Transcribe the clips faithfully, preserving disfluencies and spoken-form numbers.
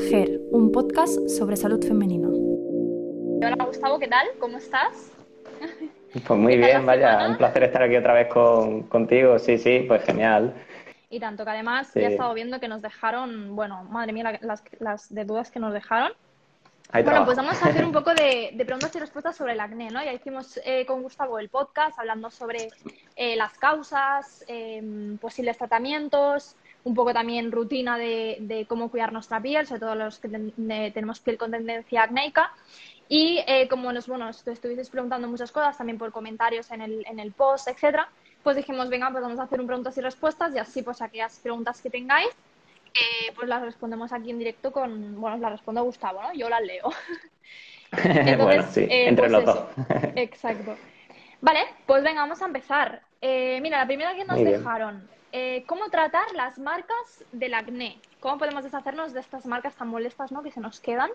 Ger, un podcast sobre salud femenina. Hola Gustavo, ¿qué tal? ¿Cómo estás? Pues muy ¿Qué tal la bien, vaya, semana? un placer estar aquí otra vez con, contigo. Sí, sí, pues genial. Y tanto que además ya he Sí, estado viendo que nos dejaron, bueno, madre mía, la- las, las de dudas que nos dejaron. hay Bueno, pues trabajo. vamos a hacer un poco de, de preguntas y respuestas sobre el acné, ¿no? Ya hicimos eh, con Gustavo el podcast hablando sobre eh, las causas, eh, posibles tratamientos, un poco también rutina de, de cómo cuidar nuestra piel, sobre todo los que ten- de- tenemos piel con tendencia acnéica. Y eh, como nos, bueno, nos estuvisteis preguntando muchas cosas, también por comentarios en el, en el post, etcétera, pues dijimos, venga, pues vamos a hacer un preguntas y respuestas y así pues aquellas preguntas que tengáis eh, pues las respondemos aquí en directo con, bueno, las respondo a Gustavo, ¿no? Yo las leo. Bueno, Entonces, sí, eh, entre pues los dos. eso, exacto. Vale, pues venga, vamos a empezar. Eh, mira, la primera que nos Muy bien. dejaron, eh, ¿cómo tratar las marcas del acné? ¿Cómo podemos deshacernos de estas marcas tan molestas, ¿no? Que se nos quedan.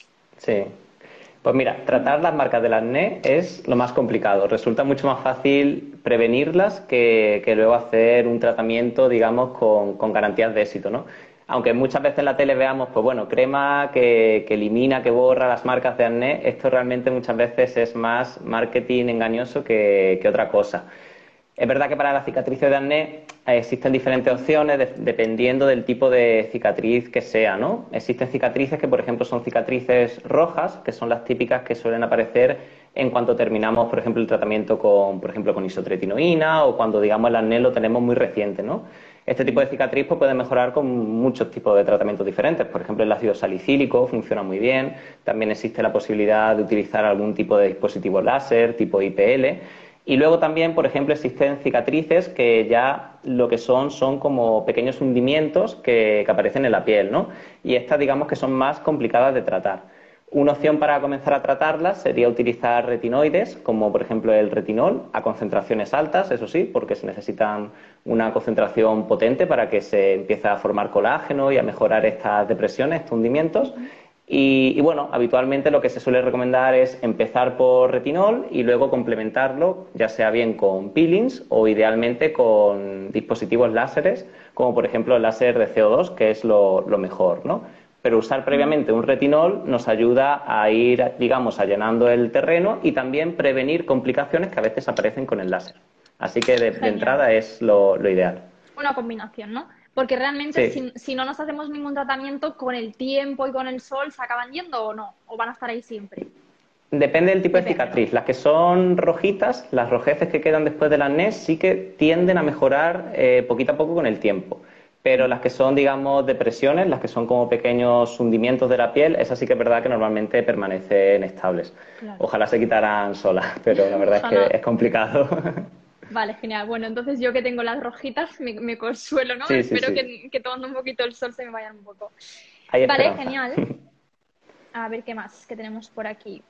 Sí. Pues mira, Ujú. tratar las marcas del acné es lo más complicado. Resulta mucho más fácil prevenirlas que, que luego hacer un tratamiento, digamos, con, con garantías de éxito, ¿no? Aunque muchas veces en la tele veamos, pues bueno, crema que, que elimina, que borra las marcas de acné, esto realmente muchas veces es más marketing engañoso que, que otra cosa. Es verdad que para las cicatrices de acné eh, existen diferentes opciones de- dependiendo del tipo de cicatriz que sea, ¿no? Existen cicatrices que, por ejemplo, son cicatrices rojas, que son las típicas que suelen aparecer en cuanto terminamos, por ejemplo, el tratamiento con, por ejemplo, con isotretinoína o cuando, digamos, el acné lo tenemos muy reciente, ¿no? Este tipo de cicatriz pues, puede mejorar con muchos tipos de tratamientos diferentes. Por ejemplo, el ácido salicílico funciona muy bien. También existe la posibilidad de utilizar algún tipo de dispositivo láser, tipo I P L. Y luego también, por ejemplo, existen cicatrices que ya lo que son son como pequeños hundimientos que, que aparecen en la piel, ¿no? Y estas, digamos que son más complicadas de tratar. Una opción para comenzar a tratarlas sería utilizar retinoides, como por ejemplo el retinol, a concentraciones altas, eso sí, porque se necesitan una concentración potente para que se empiece a formar colágeno y a mejorar estas depresiones, estos hundimientos. Ujú. Y, y, bueno, habitualmente lo que se suele recomendar es empezar por retinol y luego complementarlo, ya sea bien con peelings o idealmente con dispositivos láseres, como por ejemplo el láser de C O dos, que es lo, lo mejor, ¿no? Pero usar Ujú. previamente un retinol nos ayuda a ir, digamos, allanando el terreno y también prevenir complicaciones que a veces aparecen con el láser. Así que de, de Genial. entrada es lo, lo ideal. Una combinación, ¿no? Porque realmente Sí. si, si no nos hacemos ningún tratamiento, con el tiempo y con el sol, ¿se acaban yendo o no? ¿O van a estar ahí siempre? Depende del tipo de Depende, ¿no? cicatriz. Las que son rojitas, las rojeces que quedan después del acné, sí que tienden a mejorar eh, poquito a poco con el tiempo. Pero las que son, digamos, depresiones, las que son como pequeños hundimientos de la piel, esas sí que es verdad que normalmente permanecen estables. Claro. Ojalá se quitaran solas, pero la verdad es que Ojalá. es complicado. Vale, genial. Bueno, entonces yo que tengo las rojitas me, me consuelo, ¿no? Sí, sí, Espero sí. que, que tomando un poquito el sol se me vayan un poco. Hay Vale, esperanza. genial. A ver qué más que tenemos por aquí.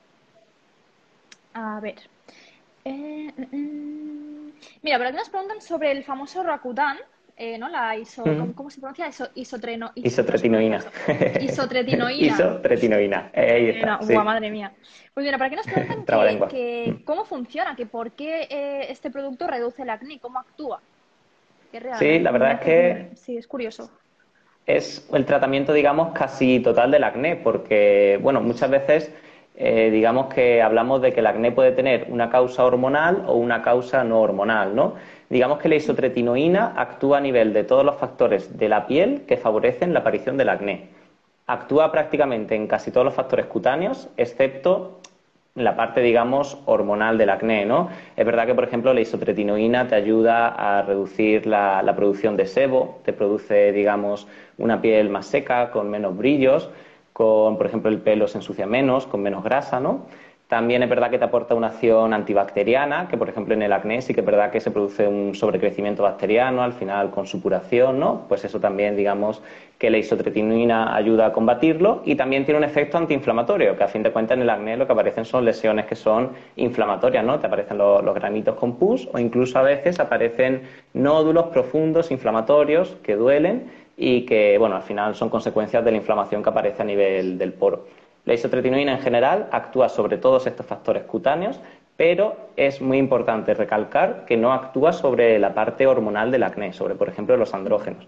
A ver. Eh, eh, eh. Mira, por aquí nos preguntan sobre el famoso Rakuten, eh, ¿no? La iso, ¿cómo, cómo se pronuncia? Iso, isotreno, iso, no sé pronunciar Isotretinoína. esto. Isotretinoína. Isotretinoína. Ahí está, Isotretinoína. Guau, sí. madre mía. Pues mira, por aquí nos preguntan que, Trabalengua. que cómo funciona, que por qué eh, este producto reduce el acné, cómo actúa. Que es real, Sí, me, la me verdad es hace, me- que sí, es curioso. es el tratamiento, digamos, casi total del acné, porque, bueno, muchas veces, eh, digamos que hablamos de que el acné puede tener una causa hormonal o una causa no hormonal, ¿no? Digamos que la isotretinoína actúa a nivel de todos los factores de la piel que favorecen la aparición del acné. Actúa prácticamente en casi todos los factores cutáneos, excepto la parte, digamos, hormonal del acné, ¿no? Es verdad que, por ejemplo, la isotretinoína te ayuda a reducir la, la producción de sebo, te produce, digamos, una piel más seca, con menos brillos, con, por ejemplo, el pelo se ensucia menos, con menos grasa, ¿no? También es verdad que te aporta una acción antibacteriana, que por ejemplo en el acné sí que es verdad que se produce un sobrecrecimiento bacteriano, al final con supuración, ¿no? Pues eso también, digamos, que la isotretinoína ayuda a combatirlo y también tiene un efecto antiinflamatorio, que a fin de cuentas en el acné lo que aparecen son lesiones que son inflamatorias, ¿no? Te aparecen los, los granitos con pus o incluso a veces aparecen nódulos profundos inflamatorios que duelen y que, bueno, al final son consecuencias de la inflamación que aparece a nivel del poro. La isotretinoína en general actúa sobre todos estos factores cutáneos, pero es muy importante recalcar que no actúa sobre la parte hormonal del acné, sobre, por ejemplo, los andrógenos.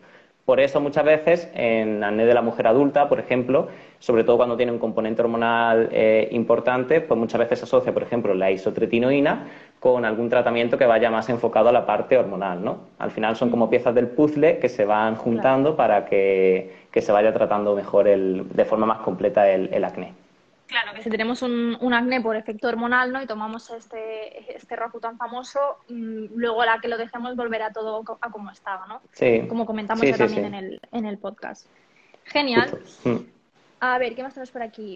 Por eso muchas veces en acné de la mujer adulta, por ejemplo, sobre todo cuando tiene un componente hormonal eh, importante, pues muchas veces se asocia, por ejemplo, la isotretinoína con algún tratamiento que vaya más enfocado a la parte hormonal, ¿no? Al final son como piezas del puzzle que se van juntando, claro, para que, que se vaya tratando mejor el, de forma más completa el, el acné. Claro, que si tenemos un, un acné por efecto hormonal, ¿no? Y tomamos este, este Roaccutane tan famoso, mmm, luego la que lo dejemos volverá todo a como estaba, ¿no? Sí. Como comentamos sí, ya sí, también sí. en el, en el podcast. Genial. Justo. Mm. A ver, ¿qué más tenemos por aquí?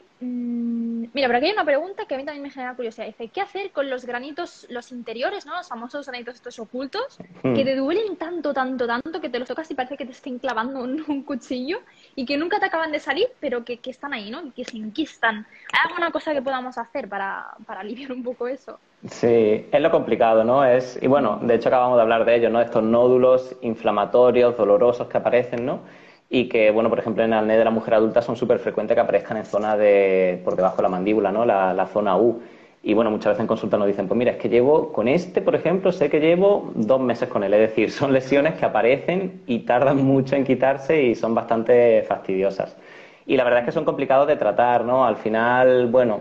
Mm, mira, por aquí hay una pregunta que a mí también me genera curiosidad. Dice, ¿qué hacer con los granitos, los interiores, ¿no? Los famosos granitos estos ocultos, Mm. que te duelen tanto, tanto, tanto, que te los tocas y parece que te estén clavando un, un cuchillo y que nunca te acaban de salir, pero que, que están ahí, ¿no? Y que se enquistan. ¿Hay alguna cosa que podamos hacer para, para aliviar un poco eso? Sí, es lo complicado, ¿no? Es, y bueno, de hecho acabamos de hablar de ello, ¿no? Estos nódulos inflamatorios, dolorosos que aparecen, ¿no? Y que, bueno, por ejemplo, en el acné de la mujer adulta son súper frecuentes que aparezcan en zona de, por debajo de la mandíbula, ¿no? La, la zona U. Y bueno, muchas veces en consulta nos dicen, pues mira, es que llevo con este, por ejemplo, sé que llevo dos meses con él. Es decir, son lesiones que aparecen y tardan mucho en quitarse y son bastante fastidiosas. Y la verdad es que son complicados de tratar, ¿no? Al final, bueno,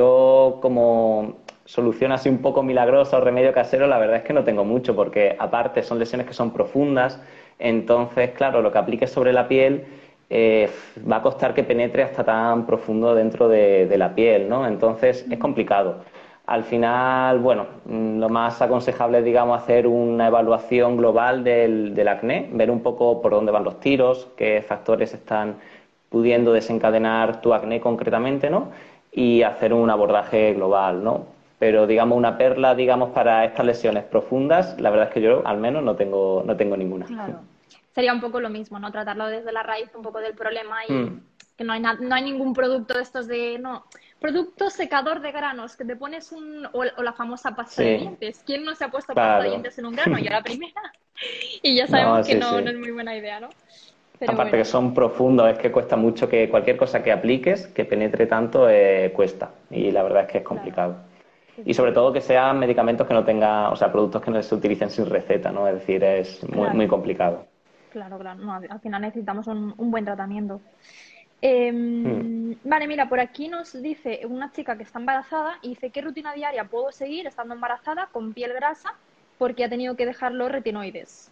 yo como solución así un poco milagrosa o remedio casero, la verdad es que no tengo mucho, porque aparte son lesiones que son profundas, entonces, claro, lo que apliques sobre la piel eh, va a costar que penetre hasta tan profundo dentro de, de la piel, ¿no? Entonces es complicado. Al final, bueno, lo más aconsejable es, digamos, hacer una evaluación global del, del acné, ver un poco por dónde van los tiros, qué factores están pudiendo desencadenar tu acné concretamente, ¿no? Y hacer un abordaje global, ¿no? Pero, digamos, una perla, digamos, para estas lesiones profundas, la verdad es que yo, al menos, no tengo, no tengo ninguna. Claro. Sería un poco lo mismo, ¿no? Tratarlo desde la raíz un poco del problema y Mm, que no hay, na- no hay ningún producto de estos de, no, producto secador de granos, que te pones un, o, o la famosa pasta de sí, dientes. ¿Quién no se ha puesto pasta de claro. dientes en un grano? Yo la primera. Y ya sabemos No, que sí, no, no sí. es muy buena idea, ¿no? Pero Aparte que bueno, son profundos, es que cuesta mucho que cualquier cosa que apliques, que penetre tanto, eh, cuesta. Y la verdad es que es claro, complicado. es Y sobre difícil. todo que sean medicamentos que no tengan, o sea, productos que no se utilicen sin receta, ¿no? Es decir, es muy, muy Claro, complicado. claro, claro. No, al al final necesitamos un, un buen tratamiento. Mm. Em, vale, mira, por aquí nos dice una chica que está embarazada y dice, ¿qué rutina diaria puedo seguir estando embarazada con piel grasa porque ha tenido que dejar los retinoides?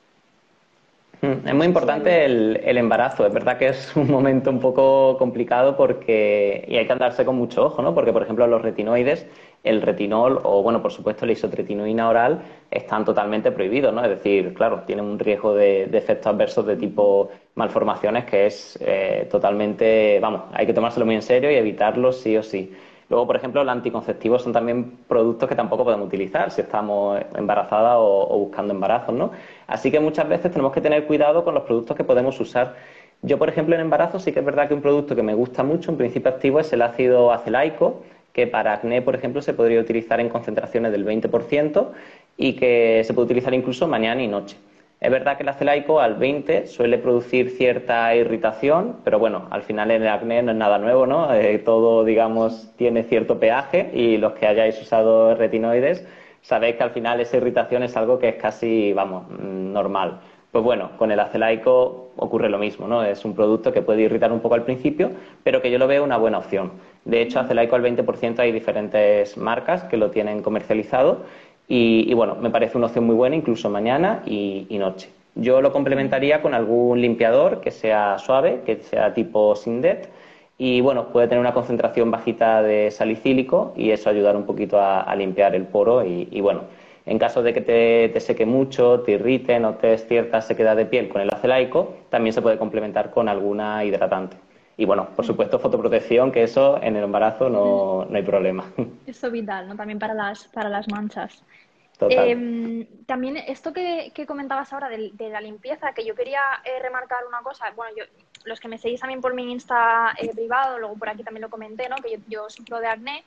Mm, Es No muy sé si hay... importante el, el embarazo. Es verdad que es un momento un poco complicado porque y hay que andarse con mucho ojo, ¿no? Porque, por ejemplo, los retinoides, el retinol o, bueno, por supuesto, la isotretinoína oral están totalmente prohibidos, ¿no? Es decir, claro, tienen un riesgo de, de efectos adversos de tipo malformaciones que es eh, totalmente, vamos, hay que tomárselo muy en serio y evitarlo sí o sí. Luego, por ejemplo, los anticonceptivos son también productos que tampoco podemos utilizar si estamos embarazadas o, o buscando embarazos, ¿no? Así que muchas veces tenemos que tener cuidado con los productos que podemos usar. Yo, por ejemplo, en embarazo sí que es verdad que un producto que me gusta mucho, un principio activo, es el ácido acelaico, que para acné, por ejemplo, se podría utilizar en concentraciones del veinte por ciento y que se puede utilizar incluso mañana y noche. Es verdad que el acelaico al veinte suele producir cierta irritación, pero bueno, al final en el acné no es nada nuevo, ¿no? Eh, todo, digamos, tiene cierto pH y los que hayáis usado retinoides sabéis que al final esa irritación es algo que es casi, vamos, mm, normal. Pues bueno, con el acelaico ocurre lo mismo, ¿no? Es un producto que puede irritar un poco al principio, pero que yo lo veo una buena opción. De hecho, acelaico al veinte por ciento hay diferentes marcas que lo tienen comercializado y, y bueno, me parece una opción muy buena incluso mañana y, y noche. Yo lo complementaría con algún limpiador que sea suave, que sea tipo Sindet y bueno, puede tener una concentración bajita de salicílico y eso ayudar un poquito a, a limpiar el poro y, y bueno, en caso de que te, te seque mucho, te irrite, notes cierta sequedad de piel con el acelaico, también se puede complementar con alguna hidratante. Y bueno, por supuesto, fotoprotección, que eso en el embarazo no, no hay problema. Eso vital, ¿no? También para las, para las manchas. Total. Eh, también esto que, que comentabas ahora de, de la limpieza, que yo quería eh, remarcar una cosa, bueno, yo, los que me seguís también por mi Insta eh, privado, luego por aquí también lo comenté, ¿no? Que yo, yo sufro de acné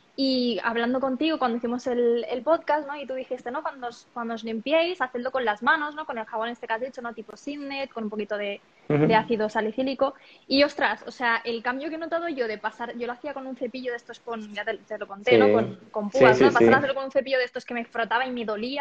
y hablando contigo cuando hicimos el, el podcast, ¿no? Y tú dijiste, ¿no? Cuando os, cuando os limpiéis, hacedlo con las manos, ¿no? Con el jabón este que has dicho, ¿no? Tipo Signet, con un poquito de, de Ujú. ácido salicílico. Y ostras, o sea, el cambio que he notado yo de pasar, yo lo hacía con un cepillo de estos con, ya te, te lo conté, ¿no? Sí, Con, con sí, púas, ¿no? sí, Pasar a sí. hacerlo con un cepillo de estos que me frotaba y me dolía.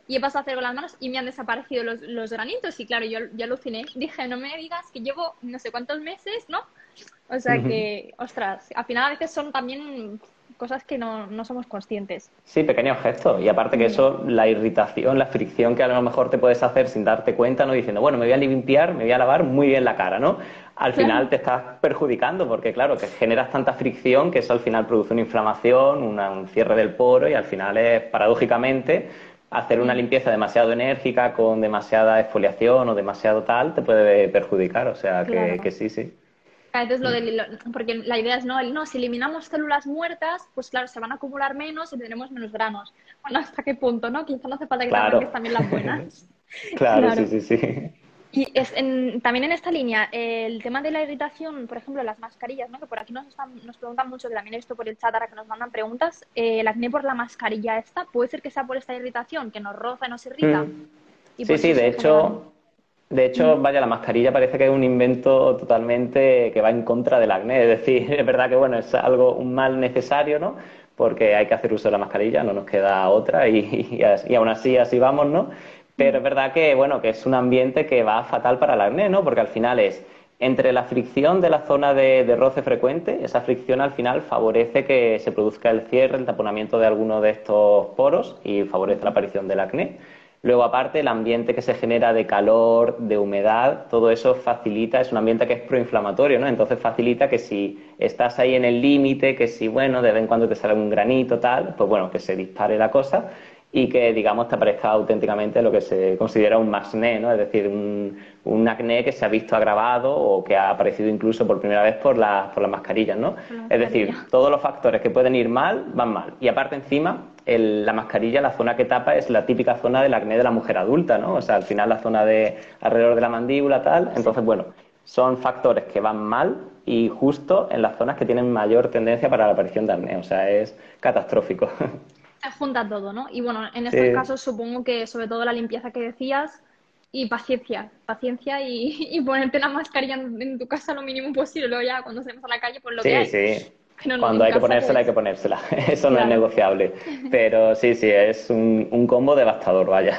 y he pasado a hacer con las manos y me han desaparecido los, los granitos y claro, yo, yo aluciné. Dije, no me digas que llevo no sé cuántos meses, ¿no? O sea que, ostras, al final a veces son también cosas que no, no somos conscientes. Sí, pequeños gestos. Y aparte que Ya. eso, la irritación, la fricción que a lo mejor te puedes hacer sin darte cuenta, ¿no? Diciendo, bueno, me voy a limpiar, me voy a lavar muy bien la cara, ¿no? Al Claro, final te estás perjudicando porque, claro, que generas tanta fricción que eso al final produce una inflamación, una- un cierre del poro y al final es, paradójicamente, hacer una limpieza demasiado enérgica con demasiada exfoliación o demasiado tal te puede perjudicar. O sea, que, que claro. sí, sí. A veces lo del, lo- porque la idea es, no, el- no, si eliminamos células muertas, pues claro, se van a acumular menos y tendremos menos granos. Bueno, ¿hasta qué punto, no? Quizá no hace falta que te arranques Claro. también las buenas. Claro, sí, Claro. sí, sí. Y es en- también en esta línea, eh, el tema de la irritación, por ejemplo, las mascarillas, ¿no? Que por aquí nos, están, nos preguntan mucho, que también he visto por el chat ahora que nos mandan preguntas, eh, el acné por la mascarilla esta, puede ser que sea por esta irritación, que nos roza y nos irrita, Mm. y Sí, por eso sí, de se generan. hecho, de hecho, Ujú. vaya, la mascarilla parece que es un invento totalmente que va en contra del acné. Es decir, es verdad que bueno, es algo, un mal necesario, ¿no? Porque hay que hacer uso de la mascarilla, no nos queda otra y, y, as- y aún así así vamos, ¿no? Pero es verdad que bueno, que es un ambiente que va fatal para el acné, ¿no? Porque al final es entre la fricción de la zona de, de roce frecuente, esa fricción al final favorece que se produzca el cierre, el taponamiento de alguno de estos poros y favorece la aparición del acné. Luego, aparte, el ambiente que se genera de calor, de humedad, todo eso facilita, es un ambiente que es proinflamatorio, ¿no? Entonces facilita que si estás ahí en el límite, que si, bueno, de vez en cuando te sale un granito, tal, pues bueno, que se dispare la cosa y que, digamos, te aparezca auténticamente lo que se considera un masné, ¿no? Es decir, un, un acné que se ha visto agravado o que ha aparecido incluso por primera vez por, la, por las mascarillas, ¿no? Por la Es decir, mascarilla. todos los factores que pueden ir mal, van mal. Y aparte, encima, el- la mascarilla, la zona que tapa es la típica zona del acné de la mujer adulta, ¿no? O sea, al final la zona de alrededor de la mandíbula, tal. Sí. Entonces, bueno, son factores que van mal y justo en las zonas que tienen mayor tendencia para la aparición de acné. O sea, es catastrófico. Se junta todo, ¿no? Y bueno, en estos Sí, casos supongo que sobre todo la limpieza que decías y paciencia, paciencia y, y ponerte la mascarilla en, en tu casa lo mínimo posible. Luego ya cuando salimos a la calle, pues lo que sí, hay. sí. Pero en, Cuando en hay que casa, ponérsela, hay que pues, ponérsela. Eso no es claro. negociable. Pero sí, sí, es un, un combo devastador, vaya.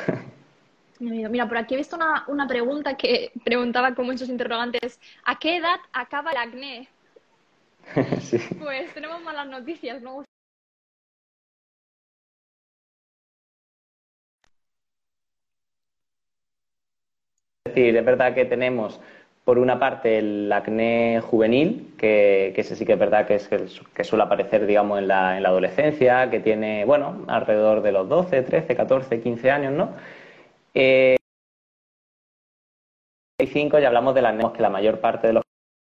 Mira, por aquí he visto una, una pregunta que preguntaba con muchos interrogantes. ¿A qué edad acaba el acné? Sí. Pues tenemos malas noticias, ¿no? Es decir, es verdad que tenemos, por una parte, el acné juvenil, que, que ese sí que es verdad que, es, que, que suele aparecer, digamos, en la, en la adolescencia, que tiene, bueno, alrededor de los doce, trece, catorce, quince años, ¿no? Eh, y cinco ya hablamos del acné, que la mayor parte de los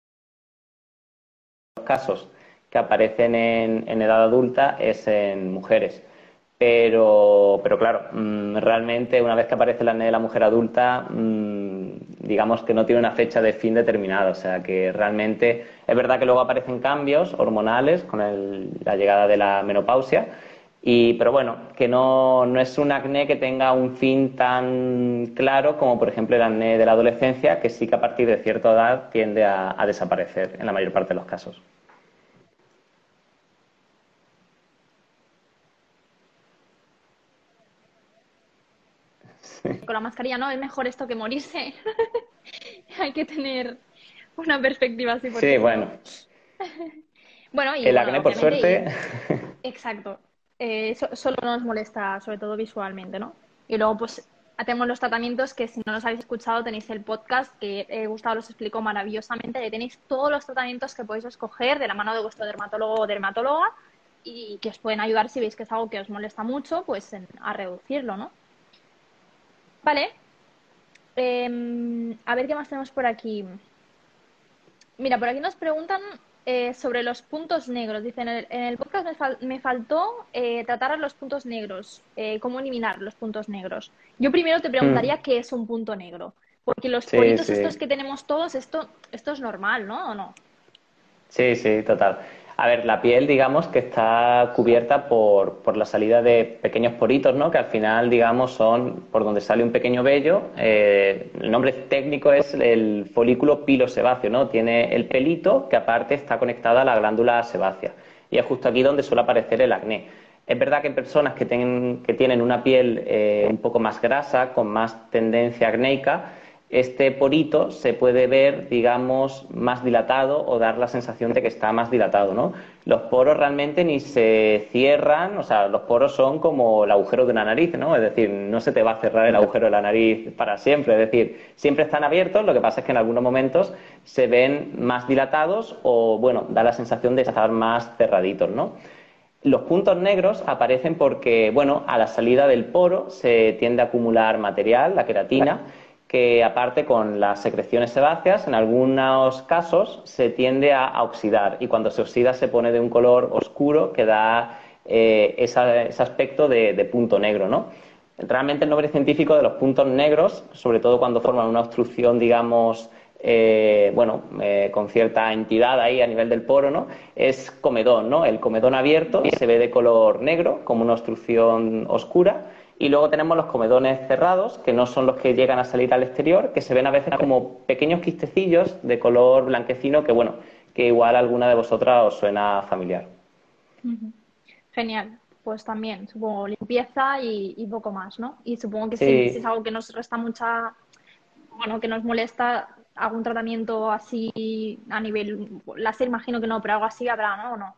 casos que aparecen en, en edad adulta es en mujeres. Pero, pero claro, mmm, realmente una vez que aparece el acné de la mujer adulta, mmm, digamos que no tiene una fecha de fin determinada. O sea que realmente es verdad que luego aparecen cambios hormonales con el, la llegada de la menopausia. Y, pero bueno, que no, no es un acné que tenga un fin tan claro como por ejemplo el acné de la adolescencia, que sí que a partir de cierta edad tiende a, a desaparecer en la mayor parte de los casos. Con la mascarilla, ¿no? Es mejor esto que morirse. Hay que tener una perspectiva así, Sí, porque si no. bueno, Bueno, y el bueno, acné por obviamente, suerte. y exacto. Eh, so- solo nos molesta, sobre todo visualmente, ¿no? Y luego, pues, hacemos los tratamientos que si no los habéis escuchado, tenéis el podcast que eh, Gustavo los explicó maravillosamente. Ahí tenéis todos los tratamientos que podéis escoger de la mano de vuestro dermatólogo o dermatóloga y que os pueden ayudar si veis que es algo que os molesta mucho, pues en- a reducirlo, ¿no? Vale. Em, a ver qué más tenemos por aquí. Mira, por aquí nos preguntan eh, sobre los puntos negros. Dicen, en el, en el podcast me, fal- me faltó eh, tratar a los puntos negros, eh, cómo eliminar los puntos negros. Yo primero te Mm, preguntaría qué es un punto negro, porque los sí, poritos estos sí. que tenemos todos, esto, esto es normal, ¿no? ¿O no? Sí, sí, total. A ver, la piel, digamos, que está cubierta por, por la salida de pequeños poritos, ¿no? Que al final, digamos, son por donde sale un pequeño vello. Eh, el nombre técnico es el folículo pilosebáceo, ¿no? Tiene el pelito que aparte está conectada a la glándula sebácea. Y es justo aquí donde suele aparecer el acné. Es verdad que en personas que, ten, que tienen una piel eh, un poco más grasa, con más tendencia acnéica, este porito se puede ver, digamos, más dilatado o dar la sensación de que está más dilatado, ¿no? Los poros realmente ni se cierran, o sea, los poros son como el agujero de una nariz, ¿no? Es decir, no se te va a cerrar el agujero de la nariz para siempre, es decir, siempre están abiertos, lo que pasa es que en algunos momentos se ven más dilatados o, bueno, da la sensación de estar más cerraditos, ¿no? Los puntos negros aparecen porque, bueno, a la salida del poro se tiende a acumular material, la queratina, que aparte con las secreciones sebáceas, en algunos casos se tiende a, a oxidar y cuando se oxida se pone de un color oscuro que da eh, esa, ese aspecto de, de punto negro, ¿no? Realmente el nombre científico de los puntos negros, sobre todo cuando forman una obstrucción, digamos, eh, bueno, eh, con cierta entidad ahí a nivel del poro, ¿no? Es comedón, ¿no? El comedón abierto se ve de color negro, como una obstrucción oscura. Y luego tenemos los comedones cerrados, que no son los que llegan a salir al exterior, que se ven a veces como pequeños quistecillos de color blanquecino, que bueno, que igual a alguna de vosotras os suena familiar. Genial. Pues también, supongo, limpieza y, y poco más, ¿no? Y supongo que si, si es Sí, algo que nos resta mucha, bueno, que nos molesta, algún tratamiento así a nivel láser, imagino que no, pero algo así habrá, ¿no? ¿O no?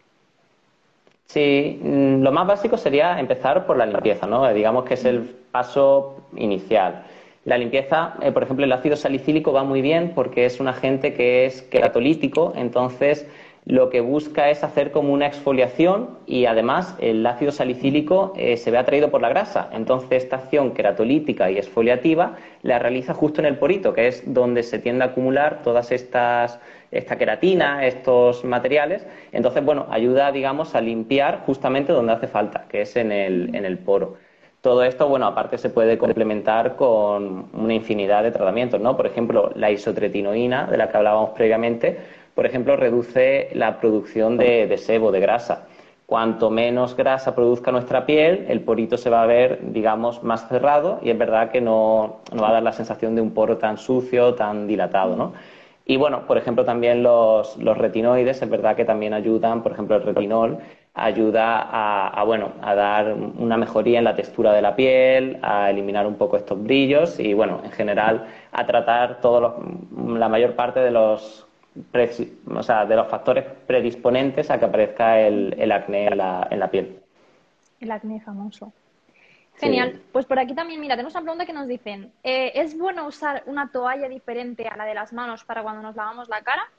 sí, mm, lo más básico sería empezar por la limpieza, ¿no? Eh, Digamos que es el paso inicial. La limpieza, eh, por ejemplo, el ácido salicílico va muy bien porque es un agente que es queratolítico, entonces lo que busca es hacer como una exfoliación y además el ácido salicílico eh, se ve atraído por la grasa. Entonces esta acción queratolítica y exfoliativa la realiza justo en el porito, que es donde se tiende a acumular todas estas, esta queratina, estos materiales. Entonces, bueno, ayuda, digamos, a limpiar justamente donde hace falta, que es en el, en el poro. Todo esto, bueno, aparte se puede complementar con una infinidad de tratamientos, ¿no? Por ejemplo, la isotretinoína, de la que hablábamos previamente, por ejemplo, reduce la producción de, de sebo, de grasa. Cuanto menos grasa produzca nuestra piel, el porito se va a ver, digamos, más cerrado y es verdad que no, no va a dar la sensación de un poro tan sucio, tan dilatado, ¿no? Y bueno, por ejemplo, también los, los retinoides, es verdad que también ayudan, por ejemplo, el retinol ayuda a, a, bueno, a dar una mejoría en la textura de la piel, a eliminar un poco estos brillos y, bueno, en general a tratar todos los, la mayor parte de los, o sea, de los factores predisponentes a que aparezca el, el acné en la, en la piel. El acné famoso. Genial. Sí. Pues por aquí también, mira, tenemos una pregunta que nos dicen, eh, ¿es bueno usar una toalla diferente a la de las manos para cuando nos lavamos la cara?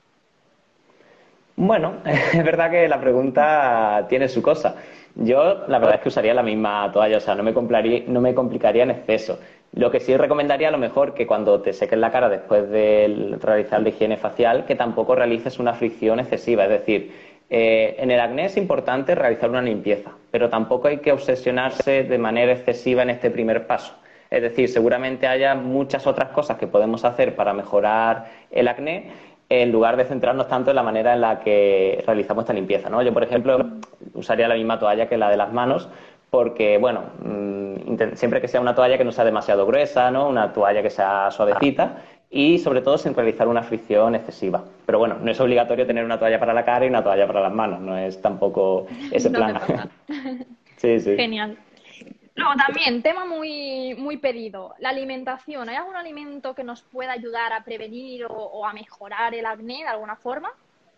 Bueno, es verdad que la pregunta tiene su cosa. Yo la verdad es que usaría la misma toalla, o sea, no me complicaría, no me complicaría en exceso. Lo que sí recomendaría a lo mejor que cuando te seques la cara después de realizar la higiene facial, que tampoco realices una fricción excesiva. Es decir, eh, en el acné es importante realizar una limpieza, pero tampoco hay que obsesionarse de manera excesiva en este primer paso. Es decir, seguramente haya muchas otras cosas que podemos hacer para mejorar el acné en lugar de centrarnos tanto en la manera en la que realizamos esta limpieza, ¿no? Yo, por ejemplo, usaría la misma toalla que la de las manos porque, bueno, mmm, siempre que sea una toalla que no sea demasiado gruesa, ¿no? Una toalla que sea suavecita y, sobre todo, sin realizar una fricción excesiva. Pero, bueno, no es obligatorio tener una toalla para la cara y una toalla para las manos, no es tampoco ese No plan. hace falta. Sí, sí. Genial. Luego también, tema muy, muy pedido, la alimentación. ¿Hay algún alimento que nos pueda ayudar a prevenir o, o a mejorar el acné de alguna forma?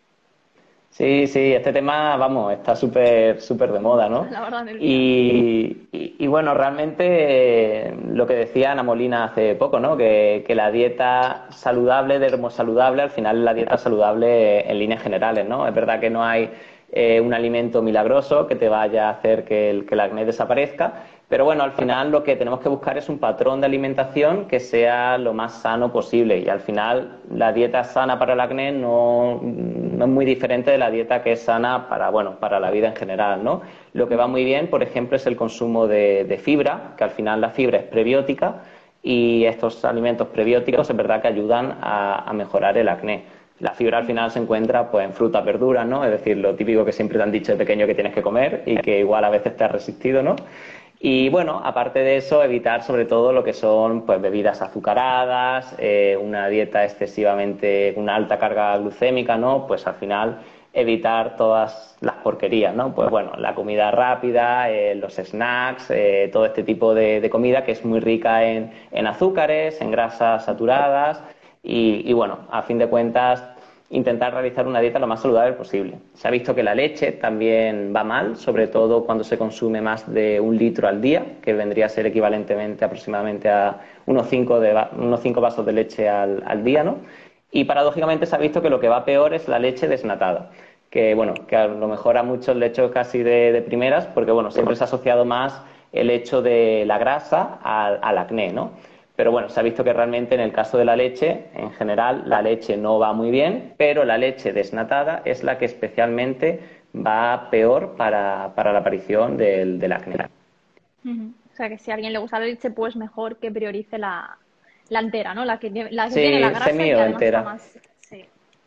Sí, sí, este tema, vamos, está súper, súper de moda, ¿no? La verdad del día. Y, y- y bueno, realmente eh, lo que decía Ana Molina hace poco, ¿no? Que, que la dieta saludable, dermosaludable, al final es la dieta saludable en líneas generales, ¿no? Es verdad que no hay eh, un alimento milagroso que te vaya a hacer que el, que el acné desaparezca, pero bueno, al final lo que tenemos que buscar es un patrón de alimentación que sea lo más sano posible y al final la dieta sana para el acné no, no es muy diferente de la dieta que es sana para, bueno, para la vida en general, ¿no? Lo que va muy bien, por ejemplo, es el consumo de, de fibra, que al final la fibra es prebiótica y estos alimentos prebióticos es verdad que ayudan a, a mejorar el acné. La fibra al final se encuentra pues en frutas, verduras, ¿no? Es decir, lo típico que siempre te han dicho de pequeño que tienes que comer y que igual a veces te has resistido, ¿no? Y bueno, aparte de eso, evitar sobre todo lo que son pues bebidas azucaradas, eh, una dieta excesivamente, una alta carga glucémica, ¿no? Pues al final evitar todas las porquerías, ¿no? Pues bueno, la comida rápida, eh, los snacks, eh, todo este tipo de, de comida que es muy rica en, en azúcares, en grasas saturadas y, y bueno, a fin de cuentas intentar realizar una dieta lo más saludable posible. Se ha visto que la leche también va mal, sobre todo cuando se consume más de un litro al día, que vendría a ser equivalentemente aproximadamente a unos cinco, de, unos cinco vasos de leche al, al día, ¿no? Y paradójicamente se ha visto que lo que va peor es la leche desnatada, que bueno, que a lo mejor a muchos le echo casi de, de primeras, porque bueno, siempre se ha asociado más el hecho de la grasa al, al acné, ¿no? Pero bueno, se ha visto que realmente en el caso de la leche, en general, la leche no va muy bien, pero la leche desnatada es la que especialmente va peor para, para la aparición del, del acné. Uh-huh. O sea, que si a alguien le gusta la leche, pues mejor que priorice la, la entera, ¿no? La que, la que Sí, tiene la grasa y semi que o además entera. está más... Sí.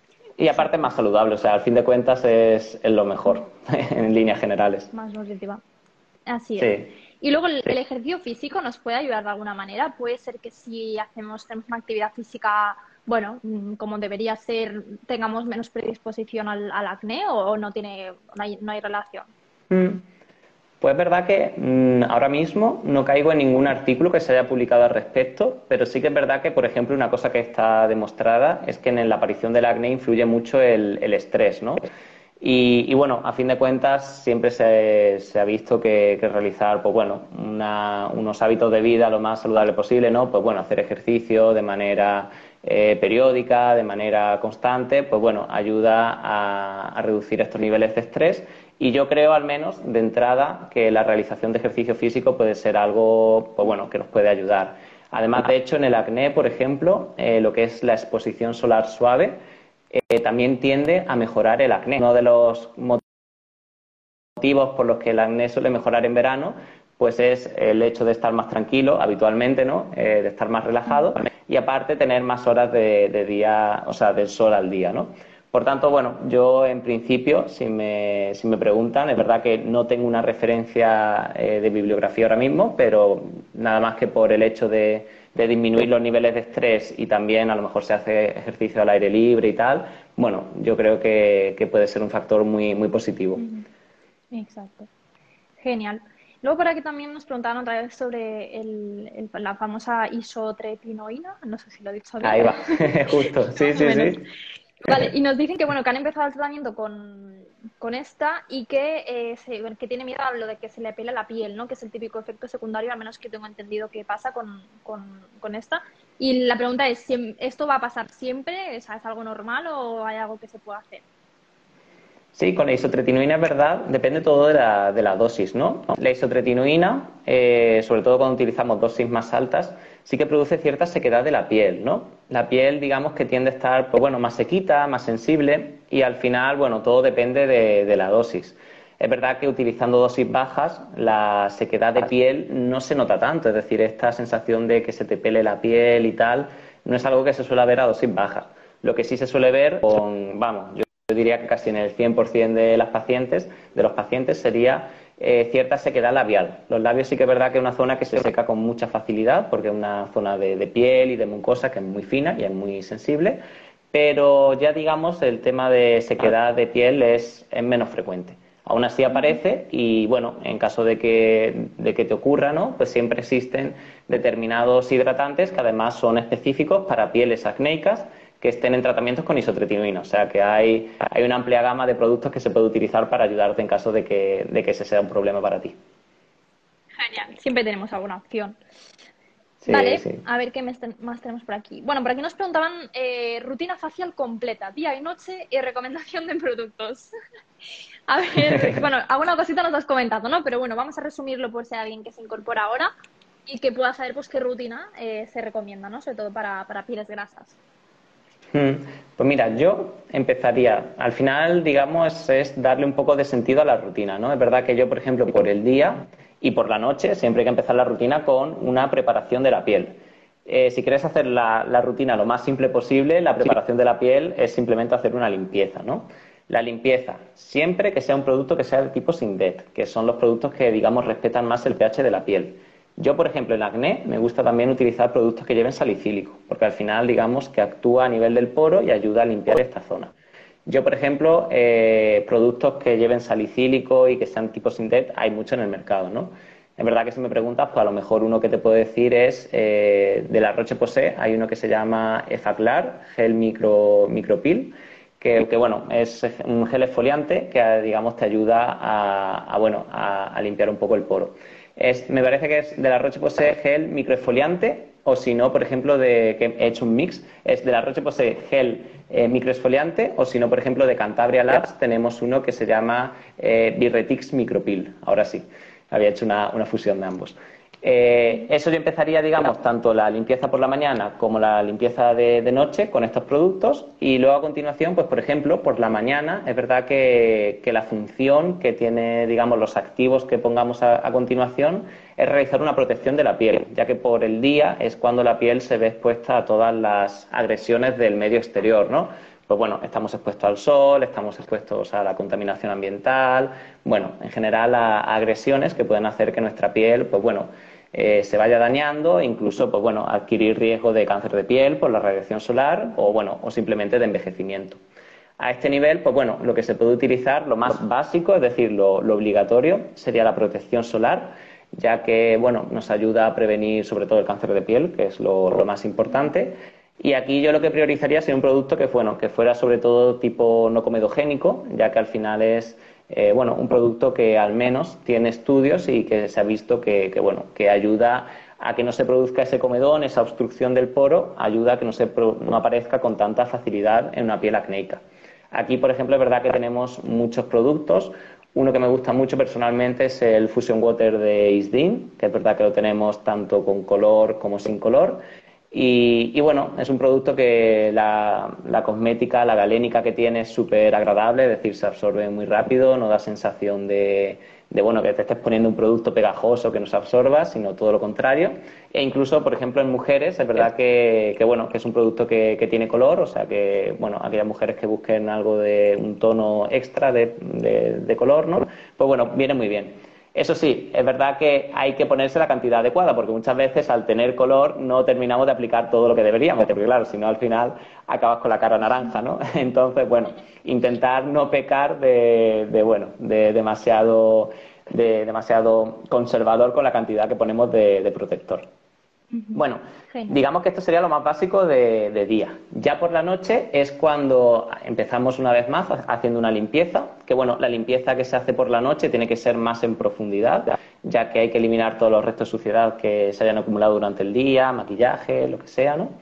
Y aparte es más saludable, o sea, al fin de cuentas es, es lo mejor, en líneas generales. Más nutritiva. Así es. Sí. Y luego el, el ejercicio físico nos puede ayudar de alguna manera. Puede ser que si hacemos, tenemos una actividad física, bueno, mm, como debería ser, tengamos menos predisposición al, al acné o, o no tiene, no hay, no hay relación. Mm. Pues es verdad que mmm, ahora mismo no caigo en ningún artículo que se haya publicado al respecto, pero sí que es verdad que, por ejemplo, una cosa que está demostrada es que en la aparición del acné influye mucho el, el estrés, ¿no? Y, y bueno, a fin de cuentas siempre se, se ha visto que, que realizar, pues bueno, una, unos hábitos de vida lo más saludable posible, ¿no? Pues bueno, hacer ejercicio de manera eh, periódica, de manera constante, pues bueno, ayuda a, a reducir estos niveles de estrés. Y yo creo, al menos, de entrada, que la realización de ejercicio físico puede ser algo, pues bueno, que nos puede ayudar. Además, de hecho, en el acné, por ejemplo, eh, lo que es la exposición solar suave, eh, también tiende a mejorar el acné. Uno de los motivos por los que el acné suele mejorar en verano, pues es el hecho de estar más tranquilo habitualmente, ¿no? Eh, de estar más relajado y aparte tener más horas de, de día, o sea, del sol al día, ¿no? Por tanto, bueno, yo en principio, si me, si me preguntan, es verdad que no tengo una referencia eh, de bibliografía ahora mismo, pero nada más que por el hecho de, de disminuir los niveles de estrés y también a lo mejor se hace ejercicio al aire libre y tal, bueno, yo creo que, que puede ser un factor muy, muy positivo. Exacto. Genial. Luego por aquí también nos preguntaban otra vez sobre el, el- la famosa isotretinoína, no sé si lo he dicho bien. Ahí va, justo, sí, Más o sí, menos. sí. Vale, y nos dicen que bueno, que han empezado el tratamiento con, con esta y que, eh, se- que tiene miedo a lo de que se le pele la piel, ¿no? Que es el típico efecto secundario, al menos que tengo entendido que pasa con, con, con esta. Y la pregunta es, ¿siem- ¿esto va a pasar siempre? ¿Es, es algo normal o hay algo que se pueda hacer? Sí, con la isotretinoína es verdad, depende todo de la, de la dosis, ¿no? La isotretinoína, eh, sobre todo cuando utilizamos dosis más altas, sí que produce cierta sequedad de la piel, ¿no? La piel, digamos que tiende a estar, pues bueno, más sequita, más sensible y al final, bueno, todo depende de, de la dosis. Es verdad que utilizando dosis bajas, la sequedad de piel no se nota tanto, es decir, esta sensación de que se te pele la piel y tal, no es algo que se suele ver a dosis bajas. Lo que sí se suele ver con, vamos, yo Yo diría que casi en el cien por ciento de las pacientes, de los pacientes sería eh, cierta sequedad labial. Los labios sí que es verdad que es una zona que se seca con mucha facilidad porque es una zona de, de piel y de mucosa que es muy fina y es muy sensible, pero ya digamos el tema de sequedad de piel es, es menos frecuente. Aún así aparece y bueno, en caso de que, de que te ocurra, ¿no? Pues siempre existen determinados hidratantes que además son específicos para pieles acnéicas que estén en tratamientos con isotretinoína. O sea que hay, hay una amplia gama de productos que se puede utilizar para ayudarte en caso de que, de que ese sea un problema para ti. Genial. Siempre tenemos alguna opción. Sí, Vale, sí. a ver qué mes- más tenemos por aquí. Bueno, por aquí nos preguntaban eh, rutina facial completa, día y noche y recomendación de productos. A ver, bueno, alguna cosita nos has comentado, ¿no? Pero bueno, vamos a resumirlo por si hay alguien que se incorpora ahora y que pueda saber pues qué rutina eh, se recomienda, ¿no? Sobre todo para, para pieles grasas. Mm, Pues mira, yo empezaría, al final, digamos, es darle un poco de sentido a la rutina, ¿no? Es verdad que yo, por ejemplo, por el día y por la noche, siempre hay que empezar la rutina con una preparación de la piel. Eh, si quieres hacer la, la rutina lo más simple posible, la preparación de la piel es simplemente hacer una limpieza, ¿no? La limpieza, siempre que sea un producto que sea de tipo Sindet, que son los productos que, digamos, respetan más el pH de la piel. Yo, por ejemplo, en acné me gusta también utilizar productos que lleven salicílico, porque al final, digamos, que actúa a nivel del poro y ayuda a limpiar esta zona. Yo, por ejemplo, eh, productos que lleven salicílico y que sean tipo Sintet, hay mucho en el mercado, ¿no? Es verdad que si me preguntas, pues a lo mejor uno que te puedo decir es eh, de la Roche-Posay, hay uno que se llama Effaclar, gel micro, micropil, que, que bueno, es un gel exfoliante que, digamos, te ayuda a, a bueno, a, a limpiar un poco el poro. Es, me parece que es de la Roche-Posay gel microexfoliante, o si no, por ejemplo, de que he hecho un mix, es de la Roche-Posay gel eh, microexfoliante, o si no, por ejemplo, de Cantabria Labs tenemos uno que se llama eh, Birretix Micropil, ahora sí. Había hecho una, una fusión de ambos. Eh, eso yo empezaría, digamos, tanto la limpieza por la mañana como la limpieza de, de noche con estos productos y luego a continuación, pues por ejemplo, por la mañana es verdad que, que la función que tiene, digamos, los activos que pongamos a, a continuación es realizar una protección de la piel, ya que por el día es cuando la piel se ve expuesta a todas las agresiones del medio exterior, ¿no? Pues bueno, estamos expuestos al sol, estamos expuestos a la contaminación ambiental, bueno, en general a, a agresiones que pueden hacer que nuestra piel, pues bueno, eh, se vaya dañando e incluso, pues bueno, adquirir riesgo de cáncer de piel por la radiación solar o bueno, o simplemente de envejecimiento. A este nivel, pues bueno, lo que se puede utilizar, lo más básico, es decir, lo, lo obligatorio, sería la protección solar, ya que, bueno, nos ayuda a prevenir sobre todo el cáncer de piel, que es lo, lo más importante. Y aquí yo lo que priorizaría sería un producto que, bueno, que fuera sobre todo tipo no comedogénico, ya que al final es eh, bueno, un producto que al menos tiene estudios y que se ha visto que, que, bueno, que ayuda a que no se produzca ese comedón, esa obstrucción del poro, ayuda a que no, se, no aparezca con tanta facilidad en una piel acnéica. Aquí, por ejemplo, es verdad que tenemos muchos productos. Uno que me gusta mucho personalmente es el Fusion Water de Isdin, que es verdad que lo tenemos tanto con color como sin color. Y, y bueno, es un producto que la, la cosmética, la galénica que tiene es súper agradable, es decir, se absorbe muy rápido, no da sensación de, de bueno, que te estés poniendo un producto pegajoso que no se absorba, sino todo lo contrario. E incluso, por ejemplo, en mujeres, es verdad que, que bueno, que es un producto que, que tiene color, o sea que, bueno, aquellas mujeres que busquen algo de un tono extra de, de, de color, ¿no? Pues bueno, viene muy bien. Eso sí, es verdad que hay que ponerse la cantidad adecuada, porque muchas veces al tener color no terminamos de aplicar todo lo que deberíamos, porque claro, si no al final acabas con la cara naranja, ¿no? Entonces, bueno, intentar no pecar de, de bueno, de demasiado, de demasiado conservador con la cantidad que ponemos de, de protector. Bueno, digamos que esto sería lo más básico de, de día. Ya por la noche es cuando empezamos una vez más haciendo una limpieza, que bueno, la limpieza que se hace por la noche tiene que ser más en profundidad, ya que hay que eliminar todos los restos de suciedad que se hayan acumulado durante el día, maquillaje, lo que sea, ¿no?